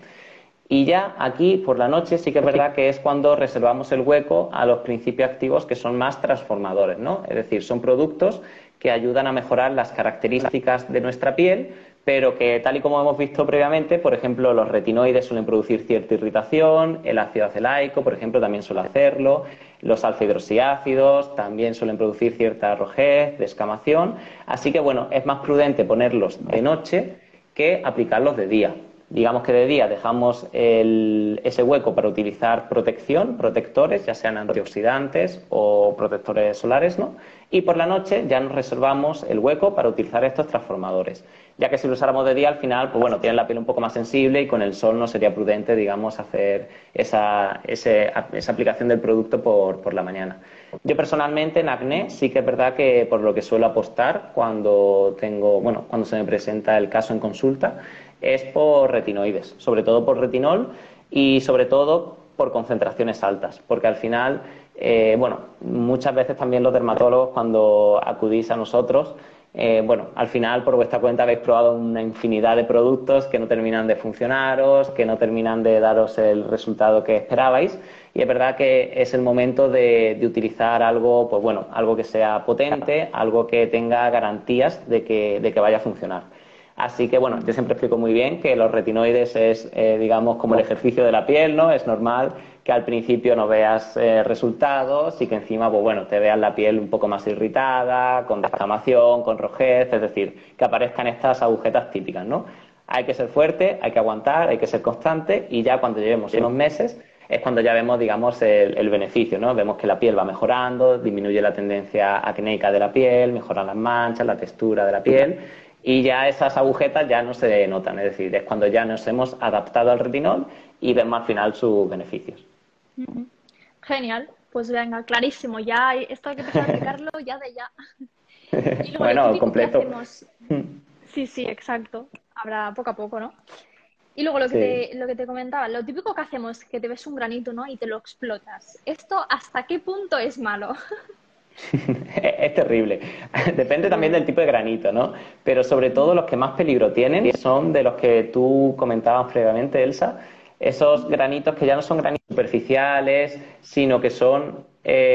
Y ya aquí, por la noche, sí que es verdad que es cuando reservamos el hueco a los principios activos que son más transformadores, ¿no? Es decir, son productos que ayudan a mejorar las características de nuestra piel, pero que, tal y como hemos visto previamente, por ejemplo, los retinoides suelen producir cierta irritación, el ácido acelaico, por ejemplo, también suele hacerlo, los alfa-hidroxiácidos también suelen producir cierta rojez, descamación, así que, bueno, es más prudente ponerlos de noche que aplicarlos de día. Digamos que de día dejamos el, ese hueco para utilizar protección, protectores, ya sean antioxidantes o protectores solares, ¿no? Y por la noche ya nos reservamos el hueco para utilizar estos transformadores. Ya que si lo usáramos de día, al final, pues bueno, tienen la piel un poco más sensible y con el sol no sería prudente, digamos, hacer esa, ese, esa aplicación del producto por, por la mañana. Yo personalmente en acné sí que es verdad que por lo que suelo apostar cuando tengo, bueno, cuando se me presenta el caso en consulta, es por retinoides, sobre todo por retinol y sobre todo por concentraciones altas, porque al final, eh, bueno, muchas veces también los dermatólogos cuando acudís a nosotros, eh, bueno, al final por vuestra cuenta habéis probado una infinidad de productos que no terminan de funcionaros, que no terminan de daros el resultado que esperabais y es verdad que es el momento de, de utilizar algo, pues bueno, algo que sea potente, algo que tenga garantías de que, de que vaya a funcionar. Así que, bueno, yo siempre explico muy bien que los retinoides es, eh, digamos, como el ejercicio de la piel, ¿no? Es normal que al principio no veas eh, resultados y que encima, pues bueno, te veas la piel un poco más irritada, con descamación, con rojez, es decir, que aparezcan estas agujetas típicas, ¿no? Hay que ser fuerte, hay que aguantar, hay que ser constante y ya cuando llevemos unos meses es cuando ya vemos, digamos, el, el beneficio, ¿no? Vemos que la piel va mejorando, disminuye la tendencia acnéica de la piel, mejoran las manchas, la textura de la piel y ya esas agujetas ya no se notan, es decir, es cuando ya nos hemos adaptado al retinol y vemos al final sus beneficios. Genial, pues venga, clarísimo, ya esto hay que empezar a aplicarlo ya de ya. Y luego lo Bueno, típico que completo. hacemos, sí, sí, exacto, habrá poco a poco, ¿no? Y luego lo que Sí. te, lo que te comentaba, lo típico que hacemos, que te ves un granito, ¿no? Y te lo explotas. ¿Esto hasta qué punto es malo? Es terrible. Depende también del Terrible. tipo de granito, ¿no? Pero sobre todo los que más peligro tienen son de los que tú comentabas previamente, Elsa, esos granitos que ya no son granitos superficiales, sino que son, eh,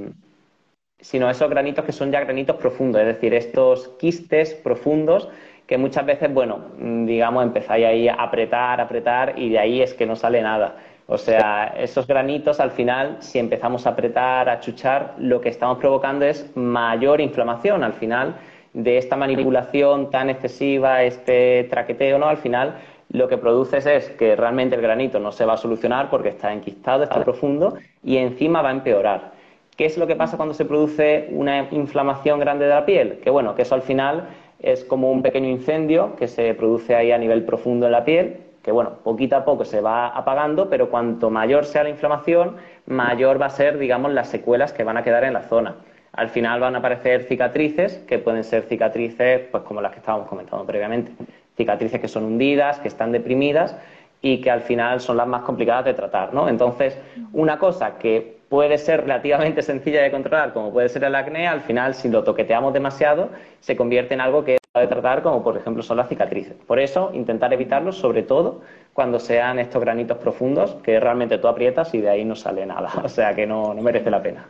sino esos granitos que son ya granitos profundos, es decir, estos quistes profundos que muchas veces, bueno, digamos, empezáis ahí a apretar, apretar y de ahí es que no sale nada. O sea, esos granitos al final, si empezamos a apretar, a chuchar, lo que estamos provocando es mayor inflamación. Al final, de esta manipulación tan excesiva, este traqueteo, ¿no? Al final, lo que produces es que realmente el granito no se va a solucionar porque está enquistado, está profundo y encima va a empeorar. ¿Qué es lo que pasa cuando se produce una inflamación grande de la piel? Que bueno, que eso al final es como un pequeño incendio que se produce ahí a nivel profundo en la piel, que bueno, poquito a poco se va apagando, pero cuanto mayor sea la inflamación, mayor va a ser, digamos, las secuelas que van a quedar en la zona. Al final van a aparecer cicatrices, que pueden ser cicatrices, pues como las que estábamos comentando previamente. Cicatrices que son hundidas, que están deprimidas y que al final son las más complicadas de tratar, ¿no? Entonces, una cosa que puede ser relativamente sencilla de controlar, como puede ser el acné, al final, si lo toqueteamos demasiado, se convierte en algo que es de tratar, como por ejemplo son las cicatrices. Por eso, intentar evitarlos, sobre todo cuando sean estos granitos profundos, que realmente tú aprietas y de ahí no sale nada. O sea que no, no merece la pena.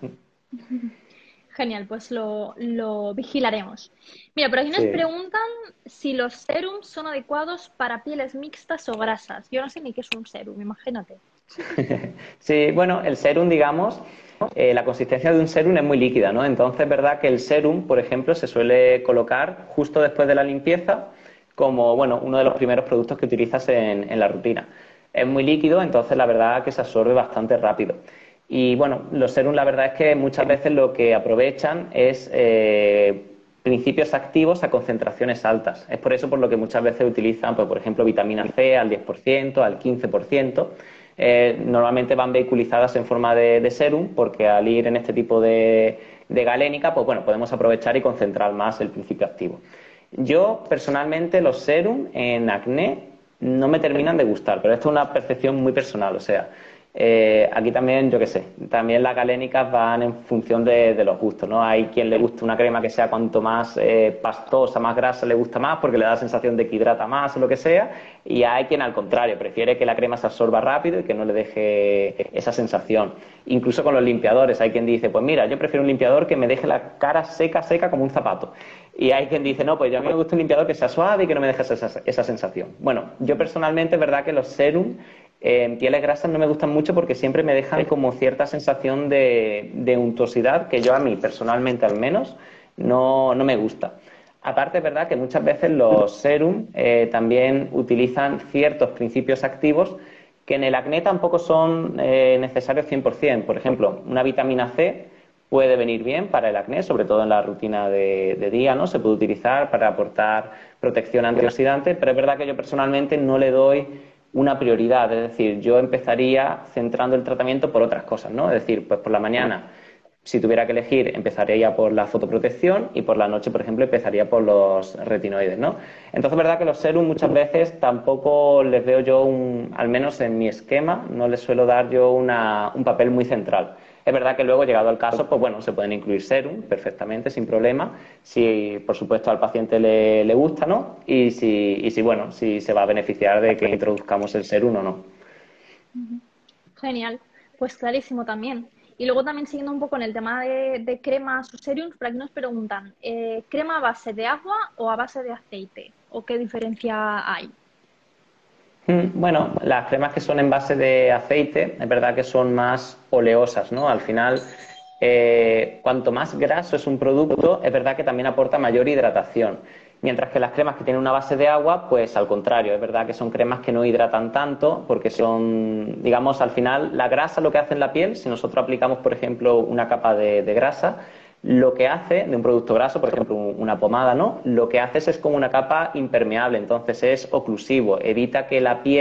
Genial, pues lo, lo vigilaremos. Mira, por aquí nos Sí. preguntan si los serums son adecuados para pieles mixtas o grasas. Yo no sé ni qué es un serum, imagínate. Sí, bueno, el serum, digamos, eh, la consistencia de un serum es muy líquida, ¿no? Entonces es verdad que el serum, por ejemplo, se suele colocar justo después de la limpieza como, bueno, uno de los primeros productos que utilizas en, en la rutina. Es muy líquido, entonces la verdad que se absorbe bastante rápido. Y bueno, los serums la verdad es que muchas veces lo que aprovechan es eh, principios activos a concentraciones altas. Es por eso por lo que muchas veces utilizan, pues, por ejemplo, vitamina C al diez por ciento, al quince por ciento. Eh, normalmente van vehiculizadas en forma de, de serum, porque al ir en este tipo de, de galénica, pues bueno, podemos aprovechar y concentrar más el principio activo. Yo, personalmente, los serum en acné no me terminan de gustar, pero esto es una percepción muy personal, o sea, eh, aquí también, yo qué sé, también las galénicas van en función de, de los gustos, ¿no? Hay quien le gusta una crema que sea cuanto más eh, pastosa, más grasa, le gusta más porque le da la sensación de que hidrata más o lo que sea, y hay quien al contrario, prefiere que la crema se absorba rápido y que no le deje esa sensación. Incluso con los limpiadores, hay quien dice, pues mira, yo prefiero un limpiador que me deje la cara seca, seca como un zapato. Y hay quien dice, no, pues yo a mí me gusta un limpiador que sea suave y que no me deje esa, esa sensación. Bueno, yo personalmente es verdad que los serum eh, en pieles grasas no me gustan mucho porque siempre me dejan como cierta sensación de, de untuosidad que yo a mí personalmente al menos no, no me gusta. Aparte es verdad que muchas veces los serum eh, también utilizan ciertos principios activos que en el acné tampoco son eh, necesarios cien por ciento. Por ejemplo, una vitamina C puede venir bien para el acné, sobre todo en la rutina de, de día, ¿no? Se puede utilizar para aportar protección antioxidante, pero es verdad que yo personalmente no le doy una prioridad, es decir, yo empezaría centrando el tratamiento por otras cosas, ¿no? Es decir, pues por la mañana, si tuviera que elegir, empezaría por la fotoprotección y por la noche, por ejemplo, empezaría por los retinoides, ¿no? Entonces, es verdad que los serum muchas veces tampoco les veo yo, un, al menos en mi esquema, no les suelo dar yo una, un papel muy central. Es verdad que luego, llegado al caso, pues bueno, se pueden incluir serum perfectamente, sin problema, si por supuesto al paciente le, le gusta, ¿no? Y si, y si, bueno, si se va a beneficiar de que introduzcamos el serum o no. Genial, pues clarísimo también. Y luego también siguiendo un poco en el tema de, de cremas o serums, por aquí nos preguntan, eh, ¿crema a base de agua o a base de aceite? ¿O qué diferencia hay? Mm, Bueno, las cremas que son en base de aceite, es verdad que son más oleosas, ¿no? Al final, eh, cuanto más graso es un producto, es verdad que también aporta mayor hidratación. Mientras que las cremas que tienen una base de agua, pues al contrario, es verdad que son cremas que no hidratan tanto porque son, digamos, al final la grasa lo que hace en la piel, si nosotros aplicamos, por ejemplo, una capa de, de grasa, lo que hace de un producto graso, por ejemplo, una pomada, ¿no? Lo que hace es como una capa impermeable, entonces es oclusivo, evita que la piel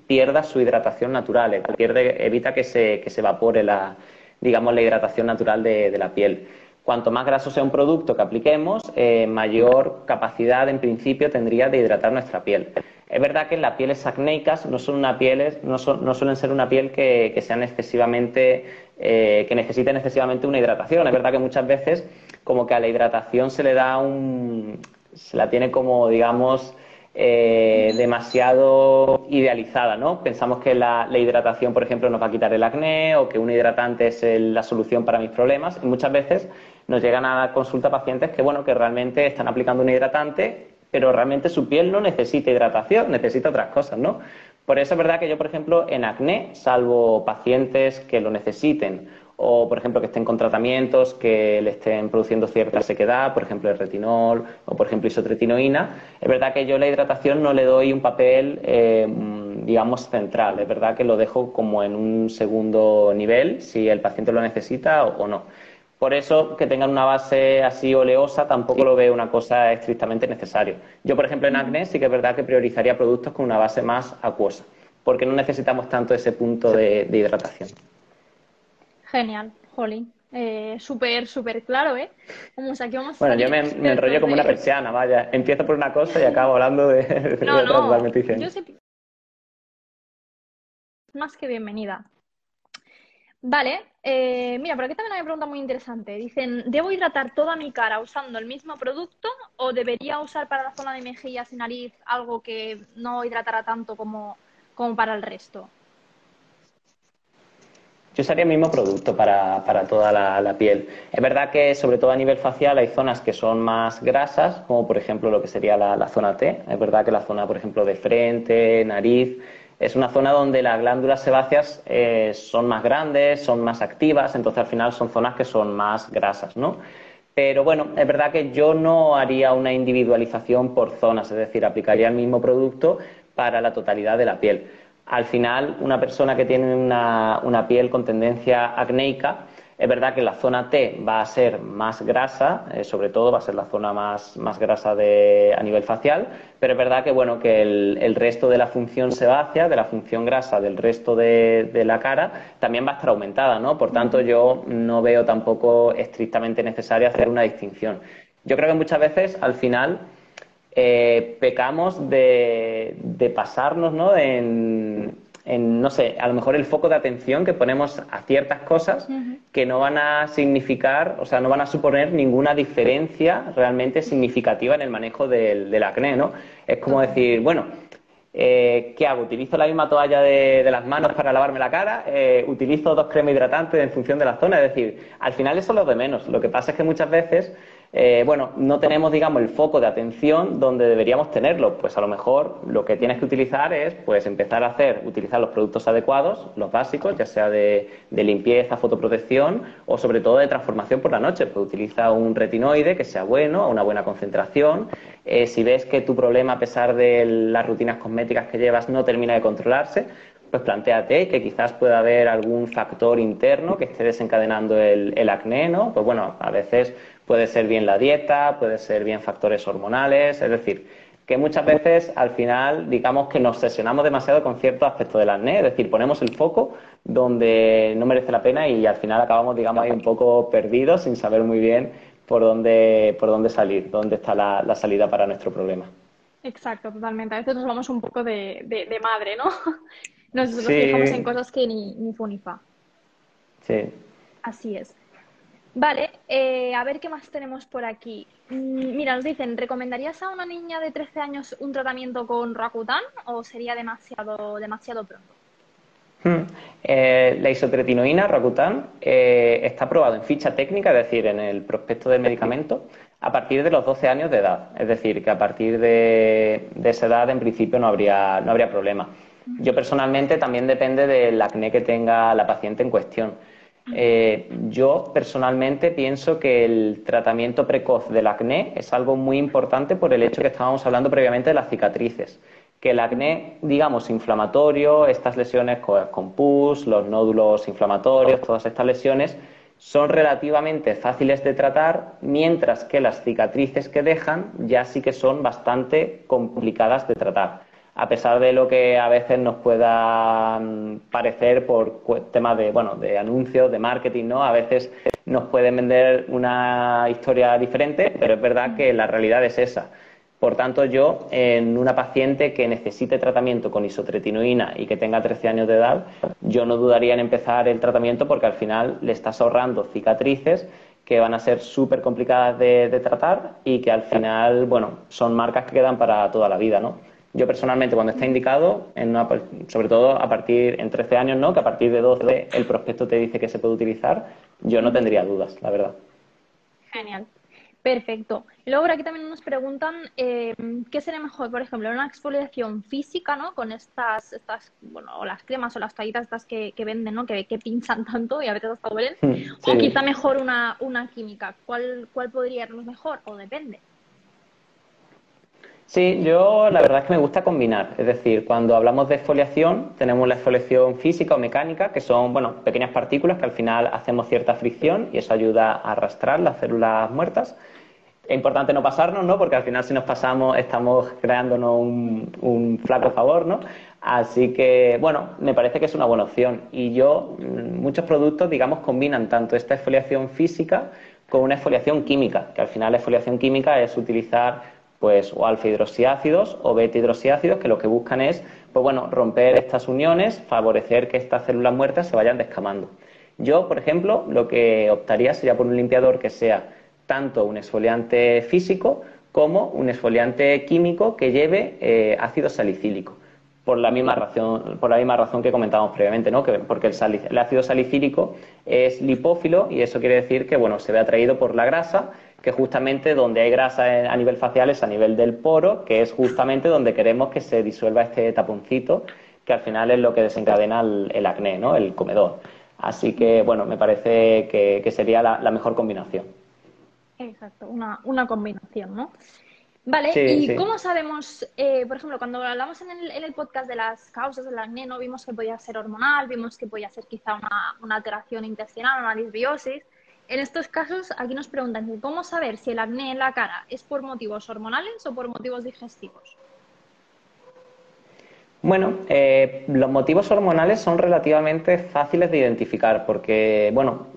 pierda su hidratación natural, pierde, evita que se, que se evapore la, digamos, la hidratación natural de, de la piel. Cuanto más graso sea un producto que apliquemos, eh, mayor capacidad en principio tendría de hidratar nuestra piel. Es verdad que las pieles acnéicas no, son una pieles, no, son, no suelen ser una piel que, que sean excesivamente, eh, que necesiten excesivamente una hidratación. Es verdad que muchas veces como que a la hidratación se le da un, se la tiene como, digamos, eh, demasiado idealizada, ¿no? Pensamos que la, la hidratación, por ejemplo, nos va a quitar el acné o que un hidratante es el, la solución para mis problemas, y muchas veces nos llegan a la consulta pacientes que, bueno, que realmente están aplicando un hidratante, pero realmente su piel no necesita hidratación, necesita otras cosas, ¿no? Por eso es verdad que yo, por ejemplo, en acné, salvo pacientes que lo necesiten o, por ejemplo, que estén con tratamientos que le estén produciendo cierta sequedad, por ejemplo, el retinol o, por ejemplo, isotretinoína, es verdad que yo la hidratación no le doy un papel, eh, digamos, central. Es verdad que lo dejo como en un segundo nivel, si el paciente lo necesita o, o no. Por eso, que tengan una base así oleosa tampoco lo veo una cosa estrictamente necesaria. Yo, por ejemplo, en acné sí que es verdad que priorizaría productos con una base más acuosa, porque no necesitamos tanto ese punto de, de hidratación. Genial, jolín. Eh, súper, súper claro, ¿eh? Vamos, aquí vamos a Bueno, yo salir me, me enrollo expertos como una de... persiana, vaya. Empiezo por una cosa y acabo hablando de, de No, otra no, totalmente yo diferente. sé más que bienvenida. Vale, eh, mira, por aquí también hay una pregunta muy interesante. Dicen, ¿debo hidratar toda mi cara usando el mismo producto o debería usar para la zona de mejillas y nariz algo que no hidratara tanto como, como para el resto? Yo usaría el mismo producto para, para toda la, la piel. Es verdad que, sobre todo a nivel facial, hay zonas que son más grasas, como por ejemplo lo que sería la, la zona T. Es verdad que la zona, por ejemplo, de frente, nariz, es una zona donde las glándulas sebáceas eh, son más grandes, son más activas, entonces al final son zonas que son más grasas, ¿no? Pero bueno, es verdad que yo no haría una individualización por zonas, es decir, aplicaría el mismo producto para la totalidad de la piel. Al final, una persona que tiene una, una piel con tendencia acnéica, es verdad que la zona T va a ser más grasa, eh, sobre todo va a ser la zona más, más grasa de, a nivel facial, pero es verdad que, bueno, que el, el resto de la función sebácea, de la función grasa del resto de, de la cara, también va a estar aumentada, ¿no? Por tanto, yo no veo tampoco estrictamente necesario hacer una distinción. Yo creo que muchas veces, al final, eh, pecamos de, de pasarnos, ¿no? En, en, no sé, a lo mejor el foco de atención que ponemos a ciertas cosas Ujú. que no van a significar, o sea, no van a suponer ninguna diferencia realmente significativa en el manejo del, del acné, ¿no? Es como decir, Totalmente. bueno, eh, ¿qué hago? ¿Utilizo la misma toalla de, de las manos para lavarme la cara? Eh, ¿Utilizo dos cremas hidratantes en función de la zona? Es decir, al final eso es lo de menos. Lo que pasa es que muchas veces, eh, bueno, no tenemos, digamos, el foco de atención donde deberíamos tenerlo. Pues a lo mejor lo que tienes que utilizar es, pues, empezar a hacer, utilizar los productos adecuados, los básicos, ya sea de, de limpieza, fotoprotección o sobre todo de transformación por la noche. Pues utiliza un retinoide que sea bueno, a una buena concentración. Eh, si ves que tu problema, a pesar de las rutinas cosméticas que llevas, no termina de controlarse, pues plantéate que quizás pueda haber algún factor interno que esté desencadenando el, el acné, ¿no? Pues bueno, a veces puede ser bien la dieta, puede ser bien factores hormonales, es decir, que muchas veces al final, digamos que nos obsesionamos demasiado con ciertos aspectos del acné, es decir, ponemos el foco donde no merece la pena y al final acabamos, digamos, ahí un poco perdidos sin saber muy bien por dónde, por dónde salir, dónde está la, la salida para nuestro problema. Exacto, totalmente. A veces nos vamos un poco de, de, de madre, ¿no? Nos, nos fijamos en Sí, cosas que ni, ni fu ni fa. sí. Así es. Vale, eh, a ver qué más tenemos por aquí. Mm, Mira, nos dicen, ¿recomendarías a una niña de trece años un tratamiento con Roacutan o sería demasiado, demasiado pronto? Hmm. Eh, la isotretinoína, Roacutan, eh, está aprobado en ficha técnica, es decir, en el prospecto del medicamento, a partir de los doce años de edad. Es decir, que a partir de, de esa edad, en principio, no habría, no habría problema. Yo Ujú, personalmente también depende del acné que tenga la paciente en cuestión. ujú, Eh, yo personalmente pienso que el tratamiento precoz del acné es algo muy importante por el hecho que estábamos hablando previamente de las cicatrices. Que el ujú. acné, digamos, inflamatorio, estas lesiones con, con pus, los nódulos inflamatorios, todas estas lesiones, son relativamente fáciles de tratar, mientras que las cicatrices que dejan ya sí que son bastante complicadas de tratar. a pesar de lo que a veces nos pueda parecer por temas de, bueno, de anuncios, de marketing, ¿no? A veces nos pueden vender una historia diferente, pero es verdad que la realidad es esa. Por tanto, yo, en una paciente que necesite tratamiento con isotretinoína y que tenga trece años de edad, yo no dudaría en empezar el tratamiento porque al final le estás ahorrando cicatrices que van a ser súper complicadas de, de tratar y que al final, bueno, son marcas que quedan para toda la vida, ¿no? Yo personalmente, cuando está indicado, en una, sobre todo a partir, en trece años, ¿no? Que a partir de doce el prospecto te dice que se puede utilizar, yo no tendría dudas, la verdad. Genial. Perfecto. Y luego por aquí también nos preguntan eh, qué sería mejor, por ejemplo, una exfoliación física, ¿no? Con estas, estas, bueno, o las cremas o las toallitas estas que, que venden, ¿no? Que, que pinchan tanto y a veces hasta duelen. Sí. O quizá mejor una, una química. ¿Cuál, cuál podría irnos mejor? O depende. Sí, yo la verdad es que me gusta combinar. Es decir, cuando hablamos de exfoliación, tenemos la exfoliación física o mecánica, que son, bueno, pequeñas partículas que al final hacemos cierta fricción y eso ayuda a arrastrar las células muertas. Es importante no pasarnos, ¿no? Porque al final si nos pasamos estamos creándonos un, un flaco favor, ¿no? Así que, bueno, me parece que es una buena opción. Y yo, muchos productos, digamos, combinan tanto esta exfoliación física con una exfoliación química, que al final la exfoliación química es utilizar, pues, o alfa-hidroxiácidos o beta-hidroxiácidos, que lo que buscan es, pues bueno, romper estas uniones, favorecer que estas células muertas se vayan descamando. Yo, por ejemplo, lo que optaría sería por un limpiador que sea tanto un exfoliante físico como un exfoliante químico que lleve eh, ácido salicílico. Por la misma razón, por la misma razón que comentábamos previamente, ¿no? Que, porque el, salic el ácido salicílico es lipófilo y eso quiere decir que, bueno, se ve atraído por la grasa, que justamente donde hay grasa a nivel facial es a nivel del poro, que es justamente donde queremos que se disuelva este taponcito, que al final es lo que desencadena el, el acné, ¿no? El comedor. Así que, bueno, me parece que, que sería la, la mejor combinación. Exacto, una, una combinación, ¿no? Vale, Sí, ¿y sí. cómo sabemos, eh, por ejemplo, cuando hablamos en el, en el podcast de las causas del acné, ¿no? Vimos que podía ser hormonal, vimos que podía ser quizá una, una alteración intestinal, una disbiosis. En estos casos, aquí nos preguntan, ¿cómo saber si el acné en la cara es por motivos hormonales o por motivos digestivos? Bueno, eh, los motivos hormonales son relativamente fáciles de identificar porque, bueno,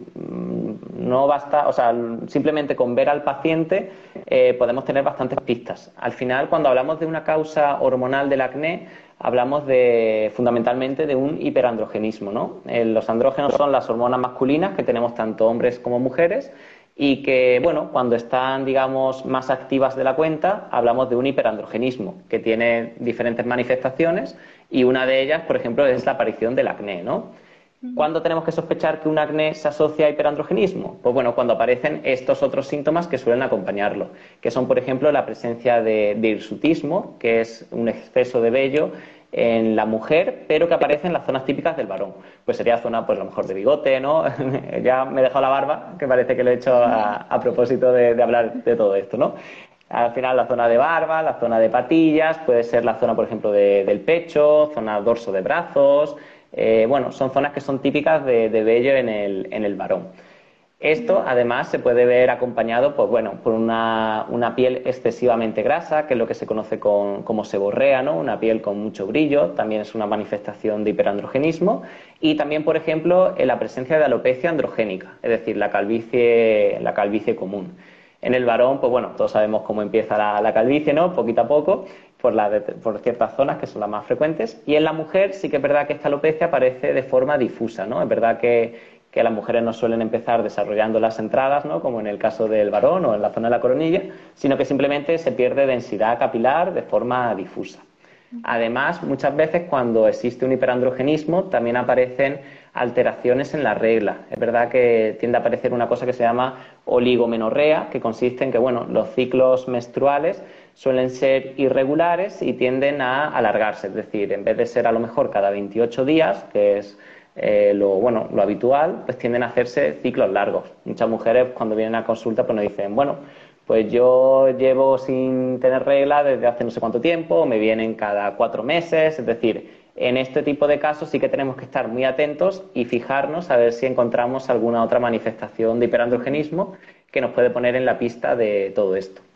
no basta, o sea, simplemente con ver al paciente eh, podemos tener bastantes pistas. Al final, cuando hablamos de una causa hormonal del acné, hablamos de fundamentalmente de un hiperandrogenismo, ¿no? Eh, los andrógenos son las hormonas masculinas que tenemos tanto hombres como mujeres y que, bueno, cuando están, digamos, más activas de la cuenta, hablamos de un hiperandrogenismo, que tiene diferentes manifestaciones y una de ellas, por ejemplo, es la aparición del acné, ¿no? ¿Cuándo tenemos que sospechar que un acné se asocia a hiperandrogenismo? Pues bueno, cuando aparecen estos otros síntomas que suelen acompañarlo, que son, por ejemplo, la presencia de, de hirsutismo, que es un exceso de vello en la mujer, pero que aparece en las zonas típicas del varón. Pues sería zona, pues a lo mejor de bigote, ¿no? Ya me he dejado la barba, que parece que lo he hecho a, a propósito de, de hablar de todo esto, ¿no? Al final la zona de barba, la zona de patillas, puede ser la zona, por ejemplo, de, del pecho, zona dorso de brazos. Eh, bueno, son zonas que son típicas de, de vello en el, en el varón. Esto, además, se puede ver acompañado, pues bueno, por una, una piel excesivamente grasa, que es lo que se conoce con, como seborrea, ¿no? Una piel con mucho brillo, también es una manifestación de hiperandrogenismo. Y también, por ejemplo, en la presencia de alopecia androgénica, es decir, la calvicie, la calvicie común. En el varón, pues bueno, todos sabemos cómo empieza la, la calvicie, ¿no? Poquito a poco, por, la de, por ciertas zonas que son las más frecuentes. Y en la mujer sí que es verdad que esta alopecia aparece de forma difusa, ¿no? Es verdad que que las mujeres no suelen empezar desarrollando las entradas, ¿no? Como en el caso del varón o en la zona de la coronilla, sino que simplemente se pierde densidad capilar de forma difusa. Además, muchas veces cuando existe un hiperandrogenismo también aparecen alteraciones en la regla. Es verdad que tiende a aparecer una cosa que se llama oligomenorrea, que consiste en que, bueno, los ciclos menstruales suelen ser irregulares y tienden a alargarse. Es decir, en vez de ser a lo mejor cada veintiocho días, que es Eh, lo, bueno, lo habitual, pues tienden a hacerse ciclos largos. Muchas mujeres cuando vienen a consulta pues nos dicen, bueno, pues yo llevo sin tener regla desde hace no sé cuánto tiempo, me vienen cada cuatro meses, es decir, en este tipo de casos sí que tenemos que estar muy atentos y fijarnos a ver si encontramos alguna otra manifestación de hiperandrogenismo que nos puede poner en la pista de todo esto.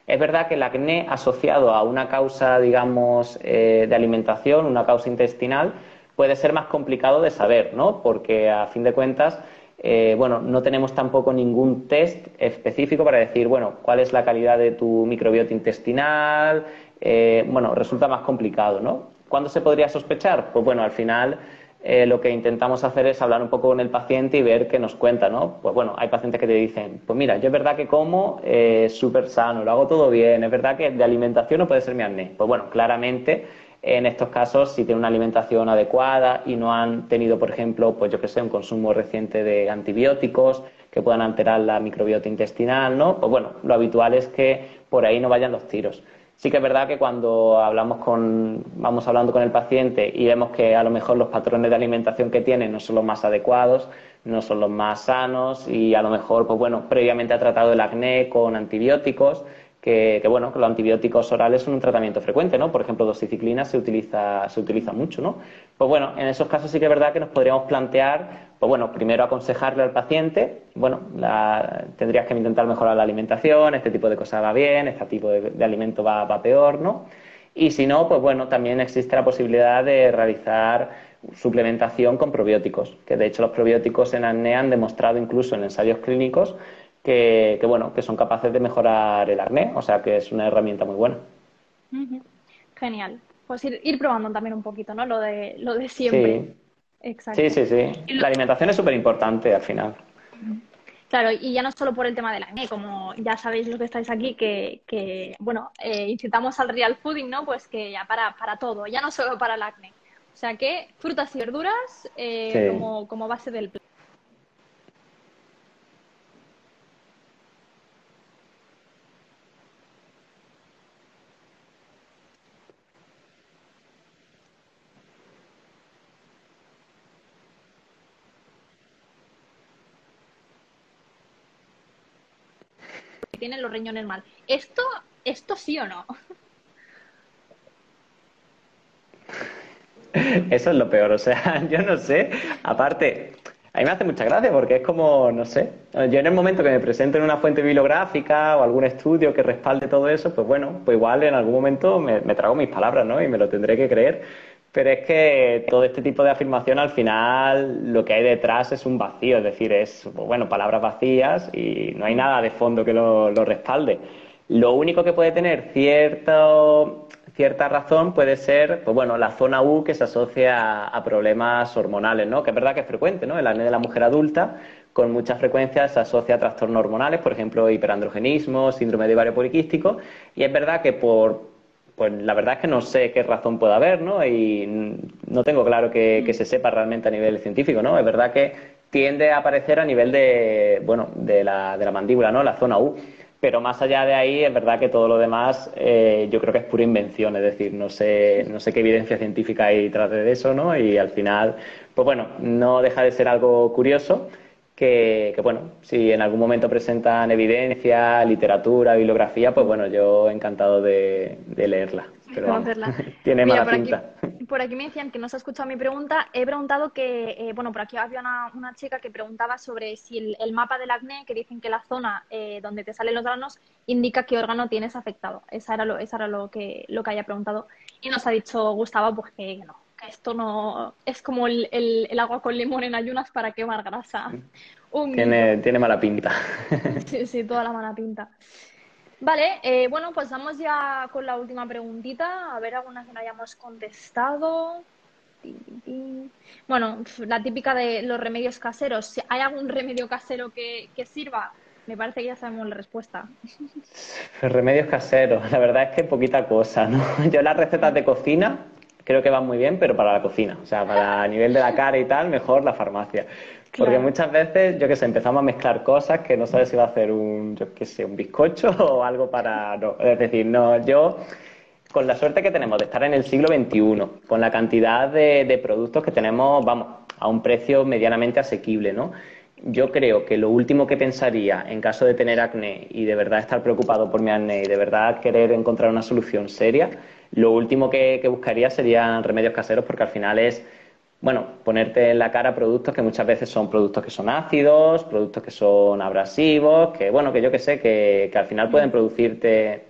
Es verdad que el acné asociado a una causa, digamos, eh, de alimentación, una causa intestinal, puede ser más complicado de saber, ¿no? Porque a fin de cuentas, eh, bueno, no tenemos tampoco ningún test específico para decir, bueno, cuál es la calidad de tu microbiota intestinal. Eh, bueno, resulta más complicado, ¿no? ¿Cuándo se podría sospechar? Pues bueno, al final eh, lo que intentamos hacer es hablar un poco con el paciente y ver qué nos cuenta, ¿no? Pues bueno, hay pacientes que te dicen, pues mira, yo es verdad que como eh, súper sano, lo hago todo bien, es verdad que de alimentación no puede ser mi acné. Pues bueno, claramente en estos casos, si tienen una alimentación adecuada y no han tenido, por ejemplo, pues yo que sé, un consumo reciente de antibióticos que puedan alterar la microbiota intestinal, ¿no? Pues bueno, lo habitual es que por ahí no vayan los tiros. Sí que es verdad que cuando hablamos con, vamos hablando con el paciente y vemos que a lo mejor los patrones de alimentación que tiene no son los más adecuados, no son los más sanos y a lo mejor, pues bueno, previamente ha tratado el acné con antibióticos, que, que bueno, que los antibióticos orales son un tratamiento frecuente, ¿no? Por ejemplo, doxiciclina se utiliza, se utiliza mucho, ¿no? Pues bueno, en esos casos sí que es verdad que nos podríamos plantear, pues bueno, primero aconsejarle al paciente, bueno, la, tendrías que intentar mejorar la alimentación, este tipo de cosas va bien, este tipo de, de alimento va, va peor, ¿no? Y si no, pues bueno, también existe la posibilidad de realizar suplementación con probióticos, que de hecho los probióticos en acné han demostrado incluso en ensayos clínicos que, que, bueno, que son capaces de mejorar el acné, o sea que es una herramienta muy buena. Ujú. Genial. Pues ir, ir probando también un poquito, ¿no? Lo de, lo de siempre. Sí, sí, Exacto. sí, sí. Y lo- La alimentación es súper importante al final. claro, y ya no solo por el tema del acné, como ya sabéis los que estáis aquí, que, que bueno, eh, incitamos al real fooding, ¿no? Pues que ya para, para todo, ya no solo para el acné. O sea que frutas y verduras eh, Sí. como, como base del plato. Que tienen los riñones mal. ¿Esto, esto sí o no? Eso es lo peor, o sea, yo no sé. Aparte, a mí me hace mucha gracia porque es como, no sé, yo en el momento que me presento en una fuente bibliográfica o algún estudio que respalde todo eso, pues bueno, pues igual en algún momento me, me trago mis palabras, ¿no? Y me lo tendré que creer. Pero es que todo este tipo de afirmación al final lo que hay detrás es un vacío, es decir, es, pues bueno, palabras vacías y no hay nada de fondo que lo, lo respalde. Lo único que puede tener cierto, cierta razón puede ser, pues bueno, la zona U que se asocia a, a problemas hormonales, ¿no? Que es verdad que es frecuente, ¿no? El acné de la mujer adulta con mucha frecuencia se asocia a trastornos hormonales, por ejemplo, hiperandrogenismo, síndrome de ovario poliquístico, y es verdad que por, pues la verdad es que no sé qué razón puede haber, ¿no? Y no tengo claro que, que se sepa realmente a nivel científico, ¿no? Es verdad que tiende a aparecer a nivel de, bueno, de la, de la mandíbula, ¿no? La zona U. Pero más allá de ahí, es verdad que todo lo demás eh, yo creo que es pura invención, es decir, no sé, no sé qué evidencia científica hay detrás de eso, ¿no? Y al final, pues bueno, no deja de ser algo curioso que, que bueno, si en algún momento presentan evidencia, literatura, bibliografía, pues bueno, yo encantado de, de leerla. Pero vamos, Conocerla. tiene Mira, mala por aquí, pinta. por aquí me decían que no se ha escuchado mi pregunta. He preguntado que, eh, bueno, por aquí había una, una chica que preguntaba sobre si el, el mapa del acné, que dicen que la zona eh, donde te salen los granos indica qué órgano tienes afectado. Esa era lo, esa era lo que, lo que haya preguntado. Y nos ha dicho Gustavo, pues que no, que esto no es como el, el, el agua con limón en ayunas para quemar grasa. Un Tiene, mito. tiene mala pinta. Sí, sí, toda la mala pinta. Vale, eh, bueno, pues vamos ya con la última preguntita, a ver alguna que no hayamos contestado. Tin, tin, tin. Bueno, pf, la típica de los remedios caseros. Si ¿hay algún remedio casero que, que sirva? Me parece que ya sabemos la respuesta. Remedios caseros, la verdad es que poquita cosa, ¿no? Yo las recetas de cocina creo que van muy bien, pero para la cocina, o sea, para el nivel de la cara y tal, mejor la farmacia. Porque Claro. muchas veces, yo qué sé, empezamos a mezclar cosas que no sabes si va a hacer un, yo qué sé, un bizcocho o algo para... No, es decir, no, yo con la suerte que tenemos de estar en el siglo veintiuno, con la cantidad de, de productos que tenemos, vamos, a un precio medianamente asequible, ¿no? Yo creo que lo último que pensaría en caso de tener acné y de verdad estar preocupado por mi acné y de verdad querer encontrar una solución seria, lo último que, que buscaría serían remedios caseros porque al final es, bueno, ponerte en la cara productos que muchas veces son productos que son ácidos, productos que son abrasivos, que bueno, que yo que sé, que, que al final pueden Mm, producirte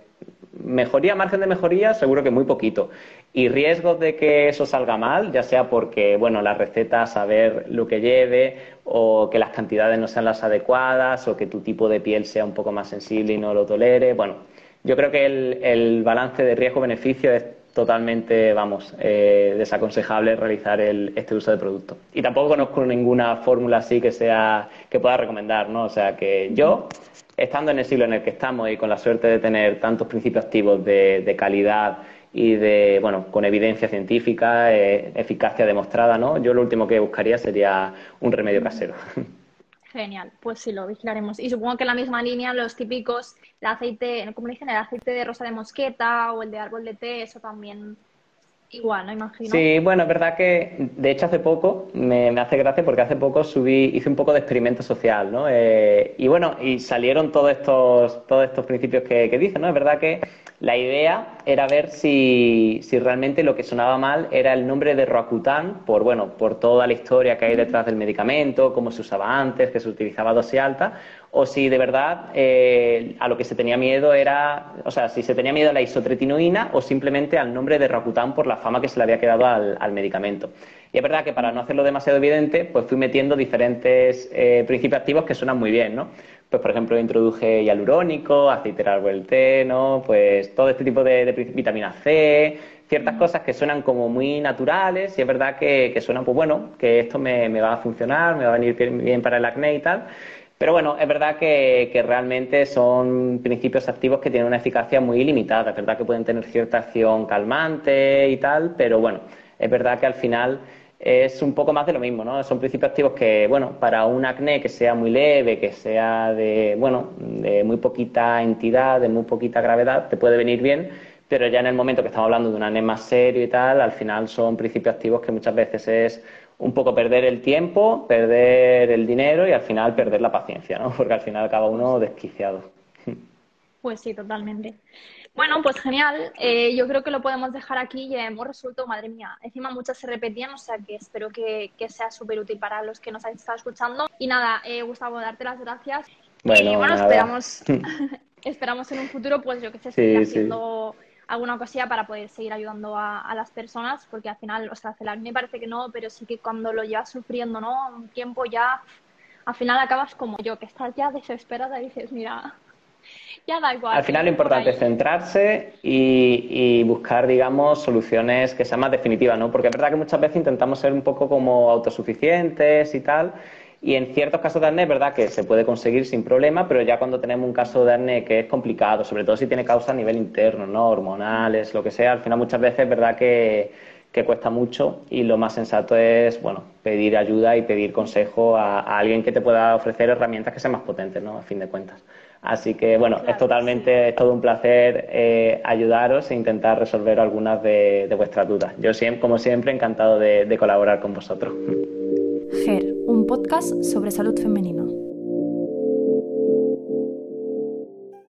mejoría, margen de mejoría, seguro que muy poquito. Y riesgos de que eso salga mal, ya sea porque, bueno, la receta, saber lo que lleve, o que las cantidades no sean las adecuadas, o que tu tipo de piel sea un poco más sensible y no lo tolere. Bueno, yo creo que el, el balance de riesgo-beneficio es totalmente, vamos, eh, desaconsejable realizar el, este uso de producto. Y tampoco conozco ninguna fórmula así que sea, que pueda recomendar, ¿no? O sea que yo, estando en el siglo en el que estamos y con la suerte de tener tantos principios activos de, de calidad y de, bueno, con evidencia científica, eh, eficacia demostrada, ¿no? Yo lo último que buscaría sería un remedio casero. Genial, pues sí, lo vigilaremos. Y supongo que en la misma línea los típicos, el aceite, ¿cómo le dicen? El aceite de rosa de mosqueta o el de árbol de té, eso también igual, ¿no? Imagino. Sí, bueno, es verdad que, de hecho, hace poco, me, me hace gracia porque hace poco subí, hice un poco de experimento social, ¿no? Eh, y bueno, y salieron todos estos, todos estos principios que, que dicen, ¿no? Es verdad que la idea era ver si, si realmente lo que sonaba mal era el nombre de Roacutan, por, bueno, por toda la historia que hay detrás del medicamento, cómo se usaba antes, que se utilizaba dosis alta, o si de verdad eh, a lo que se tenía miedo era, o sea, si se tenía miedo a la isotretinoína o simplemente al nombre de Roacutan por la fama que se le había quedado al, al medicamento. Y es verdad que para no hacerlo demasiado evidente, pues fui metiendo diferentes eh, principios activos que suenan muy bien, ¿no? Pues, por ejemplo, introduje hialurónico, aceite de árbol té, ¿no? Pues todo este tipo de, de vitamina C, ciertas cosas que suenan como muy naturales y es verdad que, que suenan, pues bueno, que esto me, me va a funcionar, me va a venir bien para el acné y tal. Pero bueno, es verdad que, que realmente son principios activos que tienen una eficacia muy limitada. Es verdad que pueden tener cierta acción calmante y tal, pero bueno, es verdad que al final es un poco más de lo mismo, ¿no? Son principios activos que, bueno, para un acné que sea muy leve, que sea de, bueno, de muy poquita entidad, de muy poquita gravedad, te puede venir bien, pero ya en el momento que estamos hablando de un acné más serio y tal, al final son principios activos que muchas veces es un poco perder el tiempo, perder el dinero y al final perder la paciencia, ¿no? Porque al final acaba uno desquiciado. Pues sí, totalmente. Bueno, pues genial. Eh, yo creo que lo podemos dejar aquí. Ya hemos resuelto, madre mía. Encima muchas se repetían, o sea que espero que, que sea súper útil para los que nos habéis estado escuchando. Y nada, eh, Gustavo, darte las gracias. Bueno, y bueno, nada. esperamos, esperamos en un futuro, pues yo que sé, seguir Sí, haciendo alguna cosilla para poder seguir ayudando a, a las personas, porque al final, o sea, el acné me parece que no, pero sí que cuando lo llevas sufriendo, ¿no? Un tiempo ya, al final acabas como yo, que estás ya desesperada y dices, mira, ya da igual. Al final lo importante es centrarse y, y buscar, digamos, soluciones que sean más definitivas, ¿no? Porque es verdad que muchas veces intentamos ser un poco como autosuficientes y tal, y en ciertos casos de acné es verdad que se puede conseguir sin problema, pero ya cuando tenemos un caso de acné que es complicado, sobre todo si tiene causa a nivel interno, ¿no? Hormonales, lo que sea, al final muchas veces es verdad que, que cuesta mucho y lo más sensato es, bueno, pedir ayuda y pedir consejo a, a alguien que te pueda ofrecer herramientas que sean más potentes, ¿no? A fin de cuentas. Así que, bueno, Claro, es totalmente, sí. es todo un placer eh, ayudaros e intentar resolver algunas de, de vuestras dudas. Yo, siempre, como siempre, encantado de, de colaborar con vosotros. G E R, un podcast sobre salud femenina.